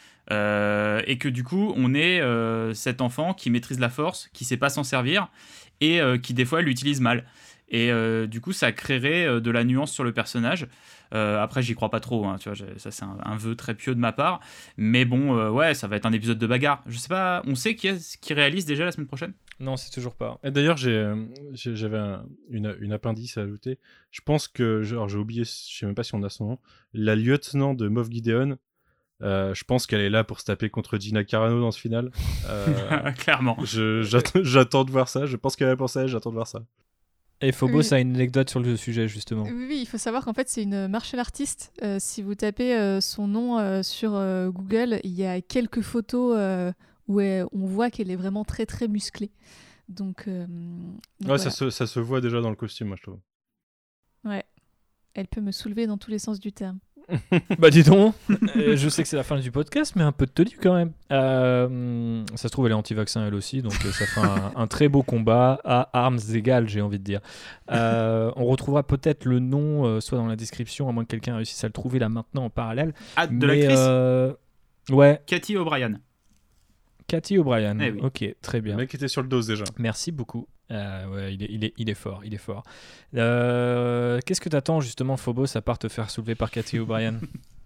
Euh, et que du coup on ait euh, cet enfant qui maîtrise la force, qui sait pas s'en servir et euh, qui des fois l'utilise mal. Et euh, du coup ça créerait euh, de la nuance sur le personnage. Euh, après j'y crois pas trop, hein, tu vois, ça c'est un, un vœu très pieux de ma part. Mais bon, euh, ouais, ça va être un épisode de bagarre. Je sais pas, on sait qui, est, qui réalise déjà la semaine prochaine. Non, c'est toujours pas. Et d'ailleurs, j'ai, euh, j'ai- j'avais un- une, une appendice à ajouter. Je pense que, genre, j'ai oublié, je sais même pas si on a son nom, la lieutenant de Moff Gideon. Euh, je pense qu'elle est là pour se taper contre Gina Carano dans ce final. Euh, Clairement. je, j'attends, j'attends de voir ça. Je pense qu'elle va penser à elle, j'attends de voir ça. Et Phobos Oui. a une anecdote sur le sujet, justement. Oui, oui, il faut savoir qu'en fait, c'est une martial artiste. Euh, si vous tapez euh, son nom euh, sur euh, Google, il y a quelques photos euh, où elle- on voit qu'elle est vraiment très, très musclée. Donc, euh, donc Ouais, voilà. ça, se, ça se voit déjà dans le costume, moi, je trouve. Ouais. Elle peut me soulever dans tous les sens du terme. Bah dis donc, euh, je sais que c'est la fin du podcast, mais un peu de tenue quand même. Euh, ça se trouve, elle est anti-vaccin elle aussi, donc euh, ça fera un, un très beau combat à armes égales, j'ai envie de dire. Euh, on retrouvera peut-être le nom, euh, soit dans la description, à moins que quelqu'un réussisse à le trouver là maintenant en parallèle. Ah, de Mais, l'actrice euh, ouais, Cathy O'Brien. Cathy O'Brien. Eh oui. Ok, très bien. Le mec était sur le dos déjà. Merci beaucoup. Euh, ouais, il, est, il, est, il est fort, il est fort. Euh, qu'est-ce que t'attends justement, Phobos, à part te faire soulever par Cathy O'Brien?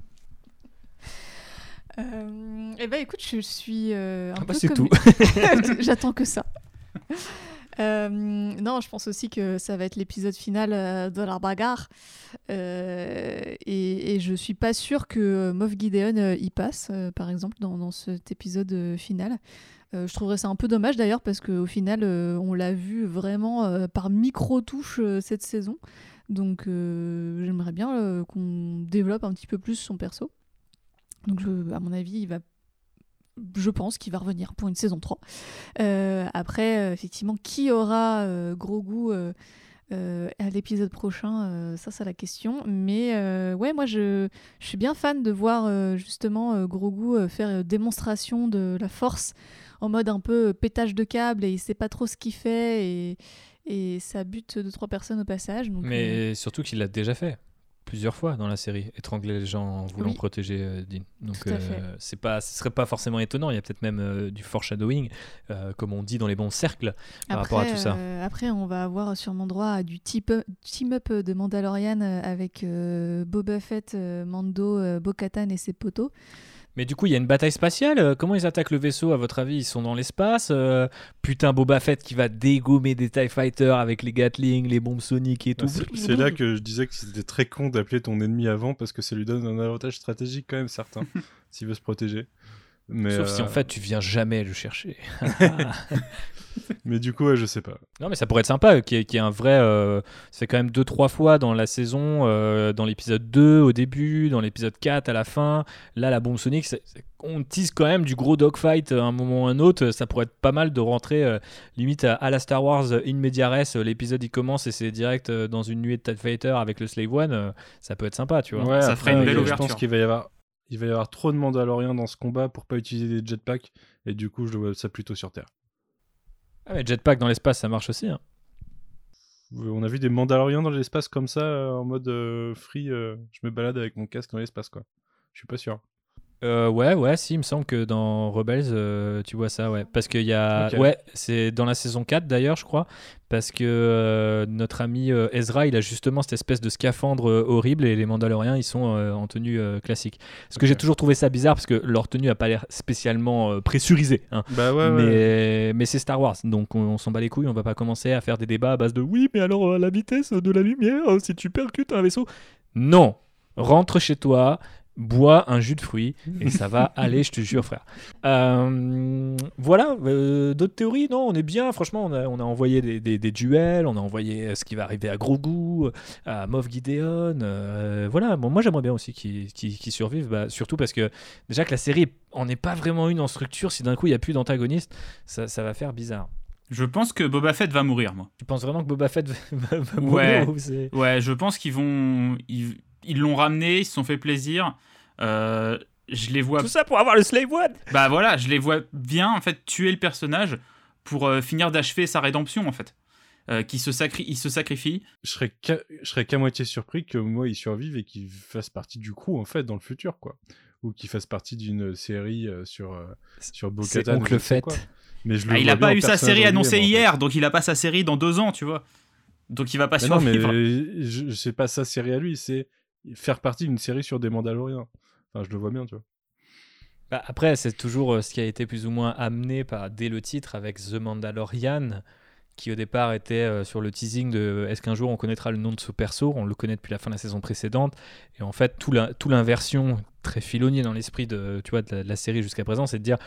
Euh, eh ben, écoute, je suis euh, un Ah bah, peu c'est comme... tout. J'attends que ça. Euh, non, je pense aussi que ça va être l'épisode final euh, de la bagarre. Euh, et, et je suis pas sûre que Moff Gideon euh, y passe, euh, par exemple, dans, dans cet épisode euh, final. Euh, je trouverais ça un peu dommage d'ailleurs, parce qu'au final, euh, on l'a vu vraiment euh, par micro-touche euh, cette saison. Donc, euh, j'aimerais bien euh, qu'on développe un petit peu plus son perso. Donc, je, à mon avis, il va. Je pense qu'il va revenir pour une saison trois. Euh, après, euh, effectivement, qui aura euh, Grogu euh, euh, à l'épisode prochain, euh, ça, c'est la question. Mais euh, ouais, moi, je, je suis bien fan de voir euh, justement euh, Grogu euh, faire euh, démonstration de la force en mode un peu euh, pétage de câble et il sait pas trop ce qu'il fait et, et ça bute deux, trois personnes au passage. Donc, euh, Mais surtout qu'il l'a déjà fait plusieurs fois dans la série, étrangler les gens en voulant Oui. protéger euh, Dean. Donc Tout à fait. euh, c'est pas, ce serait pas forcément étonnant. Il y a peut-être même euh, du foreshadowing, euh, comme on dit dans les bons cercles, par Après, rapport à tout ça. euh, après, on va avoir sûrement droit à du type- team-up de Mandalorian euh, avec euh, Boba Fett, euh, Mando, euh, Bo-Katan et ses potos. Mais du coup, il y a une bataille spatiale. Euh, Comment ils attaquent le vaisseau, à votre avis? Ils sont dans l'espace. euh, Putain, Boba Fett qui va dégommer des TIE Fighters avec les Gatling, les bombes soniques et tout. C'est, c'est là que je disais que c'était très con d'appeler ton ennemi avant parce que ça lui donne un avantage stratégique quand même certain s'il veut se protéger. Mais, Sauf si euh, en fait tu viens jamais le chercher. mais du coup, ouais, je sais pas. Non, mais ça pourrait être sympa qu'il y ait, qu'il y ait un vrai. Euh, ça fait quand même deux trois fois dans la saison, euh, dans l'épisode deux au début, dans l'épisode quatre à la fin. Là, la bombe sonique, c'est- c'est- on tease quand même du gros dogfight à un moment ou un autre. Ça pourrait être pas mal de rentrer euh, limite à, à la Star Wars in media res. L'épisode il commence et c'est direct euh, dans une nuée de TIE Fighter avec le Slave One. euh, ça peut être sympa, tu vois. Ouais, Ça après, ferait une belle je ouverture. pense qu'il va y avoir, il va y avoir trop de Mandaloriens dans ce combat pour pas utiliser des jetpacks et du coup, je vois ça plutôt sur Terre. Ah, mais jetpack dans l'espace, ça marche aussi. Hein. Euh, On a vu des Mandaloriens dans l'espace comme ça, euh, en mode euh, free. euh, je me balade avec mon casque dans l'espace, quoi. Je suis pas sûr. Euh, ouais, ouais, si, il me semble que dans Rebels, euh, tu vois ça, ouais. Parce qu'il y a. Ok. Ouais, c'est dans la saison quatre d'ailleurs, je crois. Parce que euh, notre ami euh, Ezra, il a justement cette espèce de scaphandre euh, horrible et les Mandaloriens, ils sont euh, en tenue euh, classique. Parce que Ok. j'ai toujours trouvé ça bizarre parce que leur tenue a pas l'air spécialement euh, pressurisée. Hein. Bah ouais, mais ouais. mais c'est Star Wars, donc on, on s'en bat les couilles, on va pas commencer à faire des débats à base de oui, mais alors euh, la vitesse de la lumière, euh, si tu percutes un vaisseau. Non, rentre chez toi. Bois un jus de fruits et ça va aller, je te jure, frère. Euh, voilà, euh, d'autres théories? Non, on est bien. Franchement, on a, on a envoyé des, des, des duels, on a envoyé ce qui va arriver à Grogu, à Moff Gideon. Euh, voilà, bon, moi j'aimerais bien aussi qu'ils qu'ils- qu'ils survivent, bah, surtout parce que déjà que la série en est pas vraiment une en structure. Si d'un coup il n'y a plus d'antagoniste, ça, ça va faire bizarre. Je pense que Boba Fett va mourir, moi. Tu penses vraiment que Boba Fett va, va Ouais. mourir ou c'est... Ouais, je pense qu'ils vont. Ils ils l'ont ramené, ils se sont fait plaisir. Euh, je les vois. Tout ça pour avoir le Slave One. Bah voilà, je les vois bien en fait tuer le personnage pour euh, finir d'achever sa rédemption en fait. Euh, qui se sacri- il se sacrifie. Je serais qu'à, je serais qu'à moitié surpris que moi il survive et qu'il fasse partie du crew en fait dans le futur quoi, ou qu'il fasse partie d'une série euh, sur euh, sur C'est Bo-Katan. ou Oncle je ne sais Fett. quoi. Mais je le Ah, il vois a bien pas en eu sa personnage série en annoncée lui-même, en fait. hier, donc il a pas sa série dans deux ans, tu vois. Donc il va pas Mais non, mais survivre. je, je sais pas sa série à lui, c'est faire partie d'une série sur des Mandaloriens. Enfin, je le vois bien, tu vois. Bah, après, c'est toujours euh, ce qui a été plus ou moins amené par, dès le titre avec The Mandalorian, qui au départ était euh, sur le teasing de euh, est-ce qu'un jour on connaîtra le nom de ce perso? On le connaît depuis la fin de la saison précédente. Et en fait, tout, la, tout l'inversion très filonnier dans l'esprit de, tu vois, de, la, de la série jusqu'à présent, c'est de dire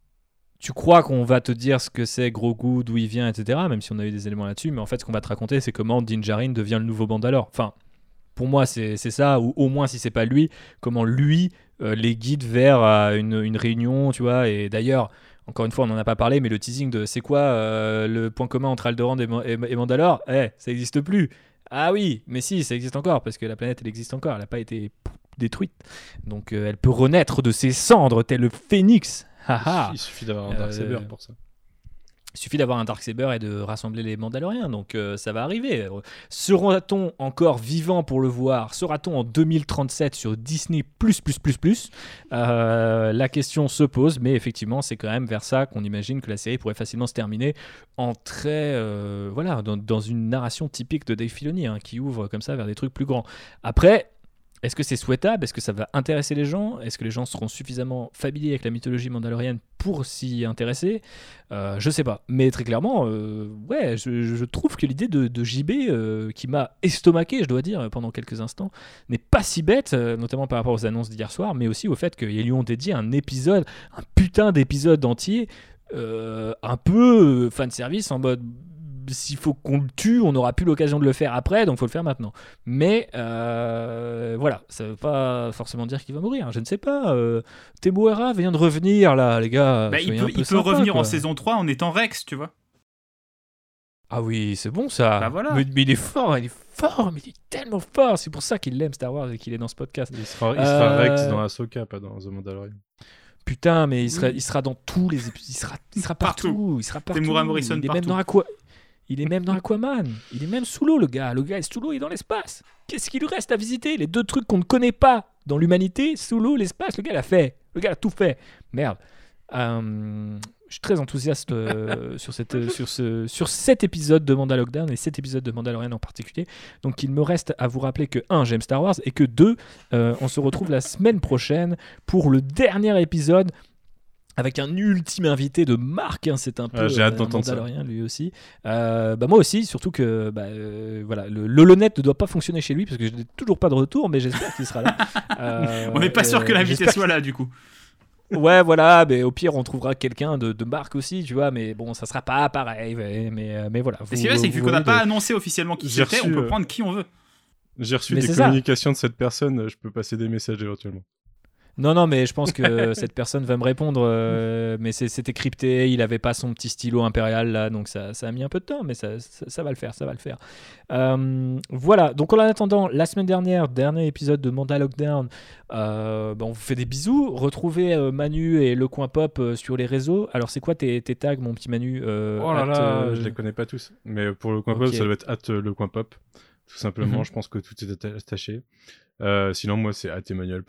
tu crois qu'on va te dire ce que c'est Grogu, d'où il vient, et cetera. Même si on a eu des éléments là-dessus, mais en fait, ce qu'on va te raconter, c'est comment Din Djarin devient le nouveau Mandalore. Enfin, pour moi, c'est, c'est ça, ou au moins si c'est pas lui, comment lui euh, les guide vers euh, une, une réunion, tu vois. Et d'ailleurs, encore une fois, on n'en a pas parlé, mais le teasing de c'est quoi euh, le point commun entre Alderaan et, Ma- et, et Mandalore? Eh, ça n'existe plus. Ah oui, mais si, ça existe encore, parce que la planète, elle existe encore, elle n'a pas été détruite. Donc euh, elle peut renaître de ses cendres, tel le phénix. Haha. Il suffit d'avoir un Darksaber Euh, pour ça. Il suffit d'avoir un Darksaber et de rassembler les Mandaloriens, donc euh, ça va arriver. Sera-t-on encore vivant pour le voir? Sera-t-on en deux mille trente-sept sur Disney plus plus plus plus euh, La question se pose, mais effectivement, c'est quand même vers ça qu'on imagine que la série pourrait facilement se terminer en très, euh, voilà, dans, dans une narration typique de Dave Filoni, hein, qui ouvre comme ça vers des trucs plus grands. Après. Est-ce que c'est souhaitable? Est-ce que ça va intéresser les gens? Est-ce que les gens seront suffisamment familiers avec la mythologie mandalorienne pour s'y intéresser? euh, Je sais pas. Mais très clairement, euh, ouais, je, je trouve que l'idée de, de J B, euh, qui m'a estomaqué, je dois dire, pendant quelques instants, n'est pas si bête, euh, notamment par rapport aux annonces d'hier soir, mais aussi au fait qu'ils lui ont dédié un épisode, un putain d'épisode entier, euh, un peu euh, fanservice en mode. S'il faut qu'on le tue, on n'aura plus l'occasion de le faire après, donc il faut le faire maintenant. Mais euh, voilà, ça ne veut pas forcément dire qu'il va mourir. Je ne sais pas. Euh, Temuera vient de revenir là, les gars. Bah, il soyez peut, un peu il peut sympas, revenir quoi. en saison trois en étant Rex, tu vois. Ah oui, c'est bon ça. Bah voilà. mais, mais il est fort, il est fort, mais il est tellement fort. C'est pour ça qu'il aime Star Wars et qu'il est dans ce podcast. Il sera, il sera Euh, Rex dans Ahsoka, pas dans The Mandalorian. Putain, mais il sera, Oui. il sera dans tous les épisodes. Il sera, il sera Partout. partout. Il sera partout. Temuera Morrison il est partout. même dans Aqua. Il est même dans Aquaman. Il est même sous l'eau, le gars. Le gars est sous l'eau, il est dans l'espace. Qu'est-ce qu'il lui reste à visiter? Les deux trucs qu'on ne connaît pas dans l'humanité, sous l'eau, l'espace. Le gars l'a fait. Le gars a tout fait. Merde. Euh, je suis très enthousiaste euh, sur, cette, euh, sur, ce, sur cet épisode de Mandalorian et cet épisode de Mandalorian en particulier. Donc il me reste à vous rappeler que un, j'aime Star Wars et que deux, euh, on se retrouve la semaine prochaine pour le dernier épisode avec un ultime invité de marque, hein, c'est un peu Ah, j'ai hâte euh, un d'entendre ça. Mandalorien lui aussi. Euh, bah moi aussi, surtout que bah, euh, voilà, le l'holonet ne doit pas fonctionner chez lui parce que je n'ai toujours pas de retour, mais j'espère qu'il sera là. Euh, On n'est pas sûr que euh, l'invité j'espère soit là, du coup. Ouais, voilà, mais au pire, on trouvera quelqu'un de, de marque aussi, tu vois, mais bon, ça sera pas pareil, ouais, mais, euh, mais voilà. Et ce qui est vrai, c'est que vu qu'on n'a pas annoncé officiellement qui J'ai c'était, on reçu, peut euh, prendre qui on veut. J'ai reçu Mais des c'est ça. communications de cette personne, je peux passer des messages éventuellement. Non, non, mais je pense que cette personne va me répondre, euh, mais c'est- c'était crypté, il avait pas son petit stylo impérial là, donc ça, ça a mis un peu de temps, mais ça, ça, ça va le faire, ça va le faire. Euh, voilà, donc en attendant, la semaine dernière, dernier épisode de Manda Lockdown, euh, bah, on vous fait des bisous. Retrouvez euh, Manu et Le Coin Pop euh, sur les réseaux. Alors, c'est quoi tes, tes tags, mon petit Manu euh, Oh là at, là, euh, je les connais pas tous. Mais pour le coin Ok. pop, ça doit être at euh, le coin pop. Tout simplement, Mhm. je pense que tout est atta- attaché. Euh, sinon, moi, c'est at Emmanuel Padon.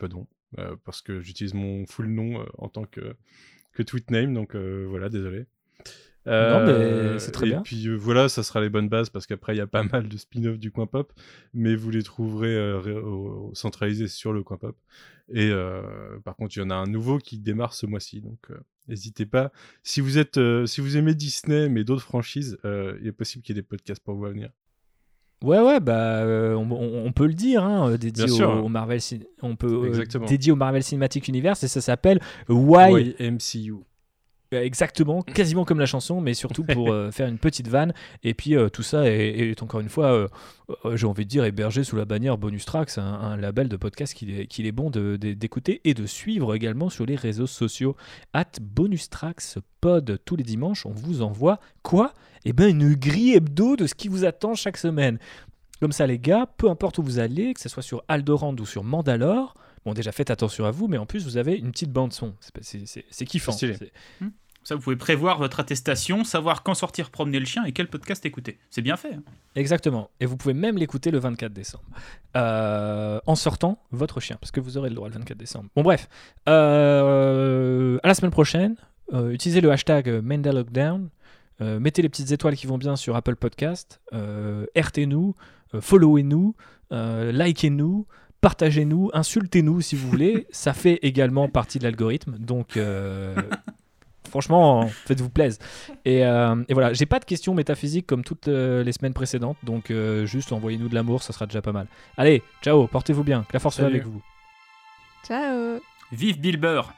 euh, parce que j'utilise mon full nom euh, en tant que, que tweet name, donc euh, voilà, désolé. Non, mais c'est très et bien. Et puis euh, voilà, ça sera les bonnes bases parce qu'après il y a pas mal de spin-off du Coin Pop, mais vous les trouverez euh, ré- au- au- centralisés sur le Coin Pop. Et euh, par contre, il y en a un nouveau qui démarre ce mois-ci, donc euh, n'hésitez pas. Si vous êtes, euh, si vous aimez Disney mais d'autres franchises, euh, il est possible qu'il y ait des podcasts pour vous à venir. Ouais, ouais, bah, euh, on, on- on peut le dire, hein, dédié Bien sûr. au, au Marvel, Cin- on peut euh, Exactement. dédié au Marvel Cinematic Universe et ça s'appelle Why. Y M C U. Exactement, quasiment comme la chanson, mais surtout pour euh, faire une petite vanne. Et puis euh, tout ça est, est encore une fois, euh, euh, j'ai envie de dire, hébergé sous la bannière Bonus Tracks, un, un label de podcast qu'il est, qu'il est bon de, de- d'écouter et de suivre également sur les réseaux sociaux. At Bonus Tracks Pod, tous les dimanches, on vous envoie quoi ? Eh ben une grille hebdo de ce qui vous attend chaque semaine. Comme ça, les gars, peu importe où vous allez, que ce soit sur Aldorand ou sur Mandalore, bon, déjà faites attention à vous, mais en plus, vous avez une petite bande-son. C'est, c'est, c'est, c'est kiffant. C'est stylé. C'est- Ça, vous pouvez prévoir votre attestation, savoir quand sortir promener le chien et quel podcast écouter. C'est bien fait. Hein. Exactement. Et vous pouvez même l'écouter le vingt-quatre décembre. Euh, en sortant votre chien, parce que vous aurez le droit le vingt-quatre décembre. Bon, bref. Euh, à la semaine prochaine. Euh, utilisez le hashtag Mandalockdown. Euh, mettez les petites étoiles qui vont bien sur Apple Podcast. Euh, R T-nous. Euh, followez-nous. Euh, likez-nous. Partagez-nous. Insultez-nous si vous voulez. Ça fait également partie de l'algorithme. Donc... Euh, franchement, faites-vous plaisir. Et, euh, et voilà, j'ai pas de questions métaphysiques comme toutes euh, les semaines précédentes, donc euh, juste envoyez-nous de l'amour, ça sera déjà pas mal. Allez, ciao, portez-vous bien, que la force soit Salut. avec vous. Ciao. Vive Bill Burr.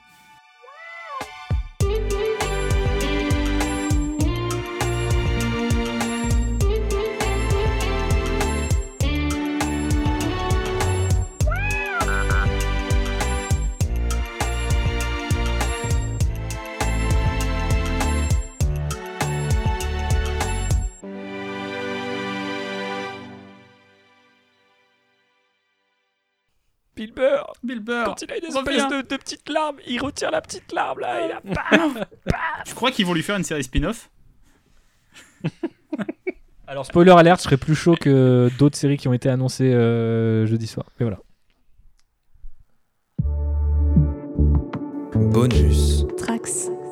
Bill Burr, Bill Burr. quand il a une espèce reviens. de, de petite larme, il retire la petite larme là, il a paf, paf. Je crois qu'ils vont lui faire une série spin-off. Alors spoiler alert, je serais plus chaud que d'autres séries qui ont été annoncées euh, jeudi soir. Mais voilà. Bonus. Trax.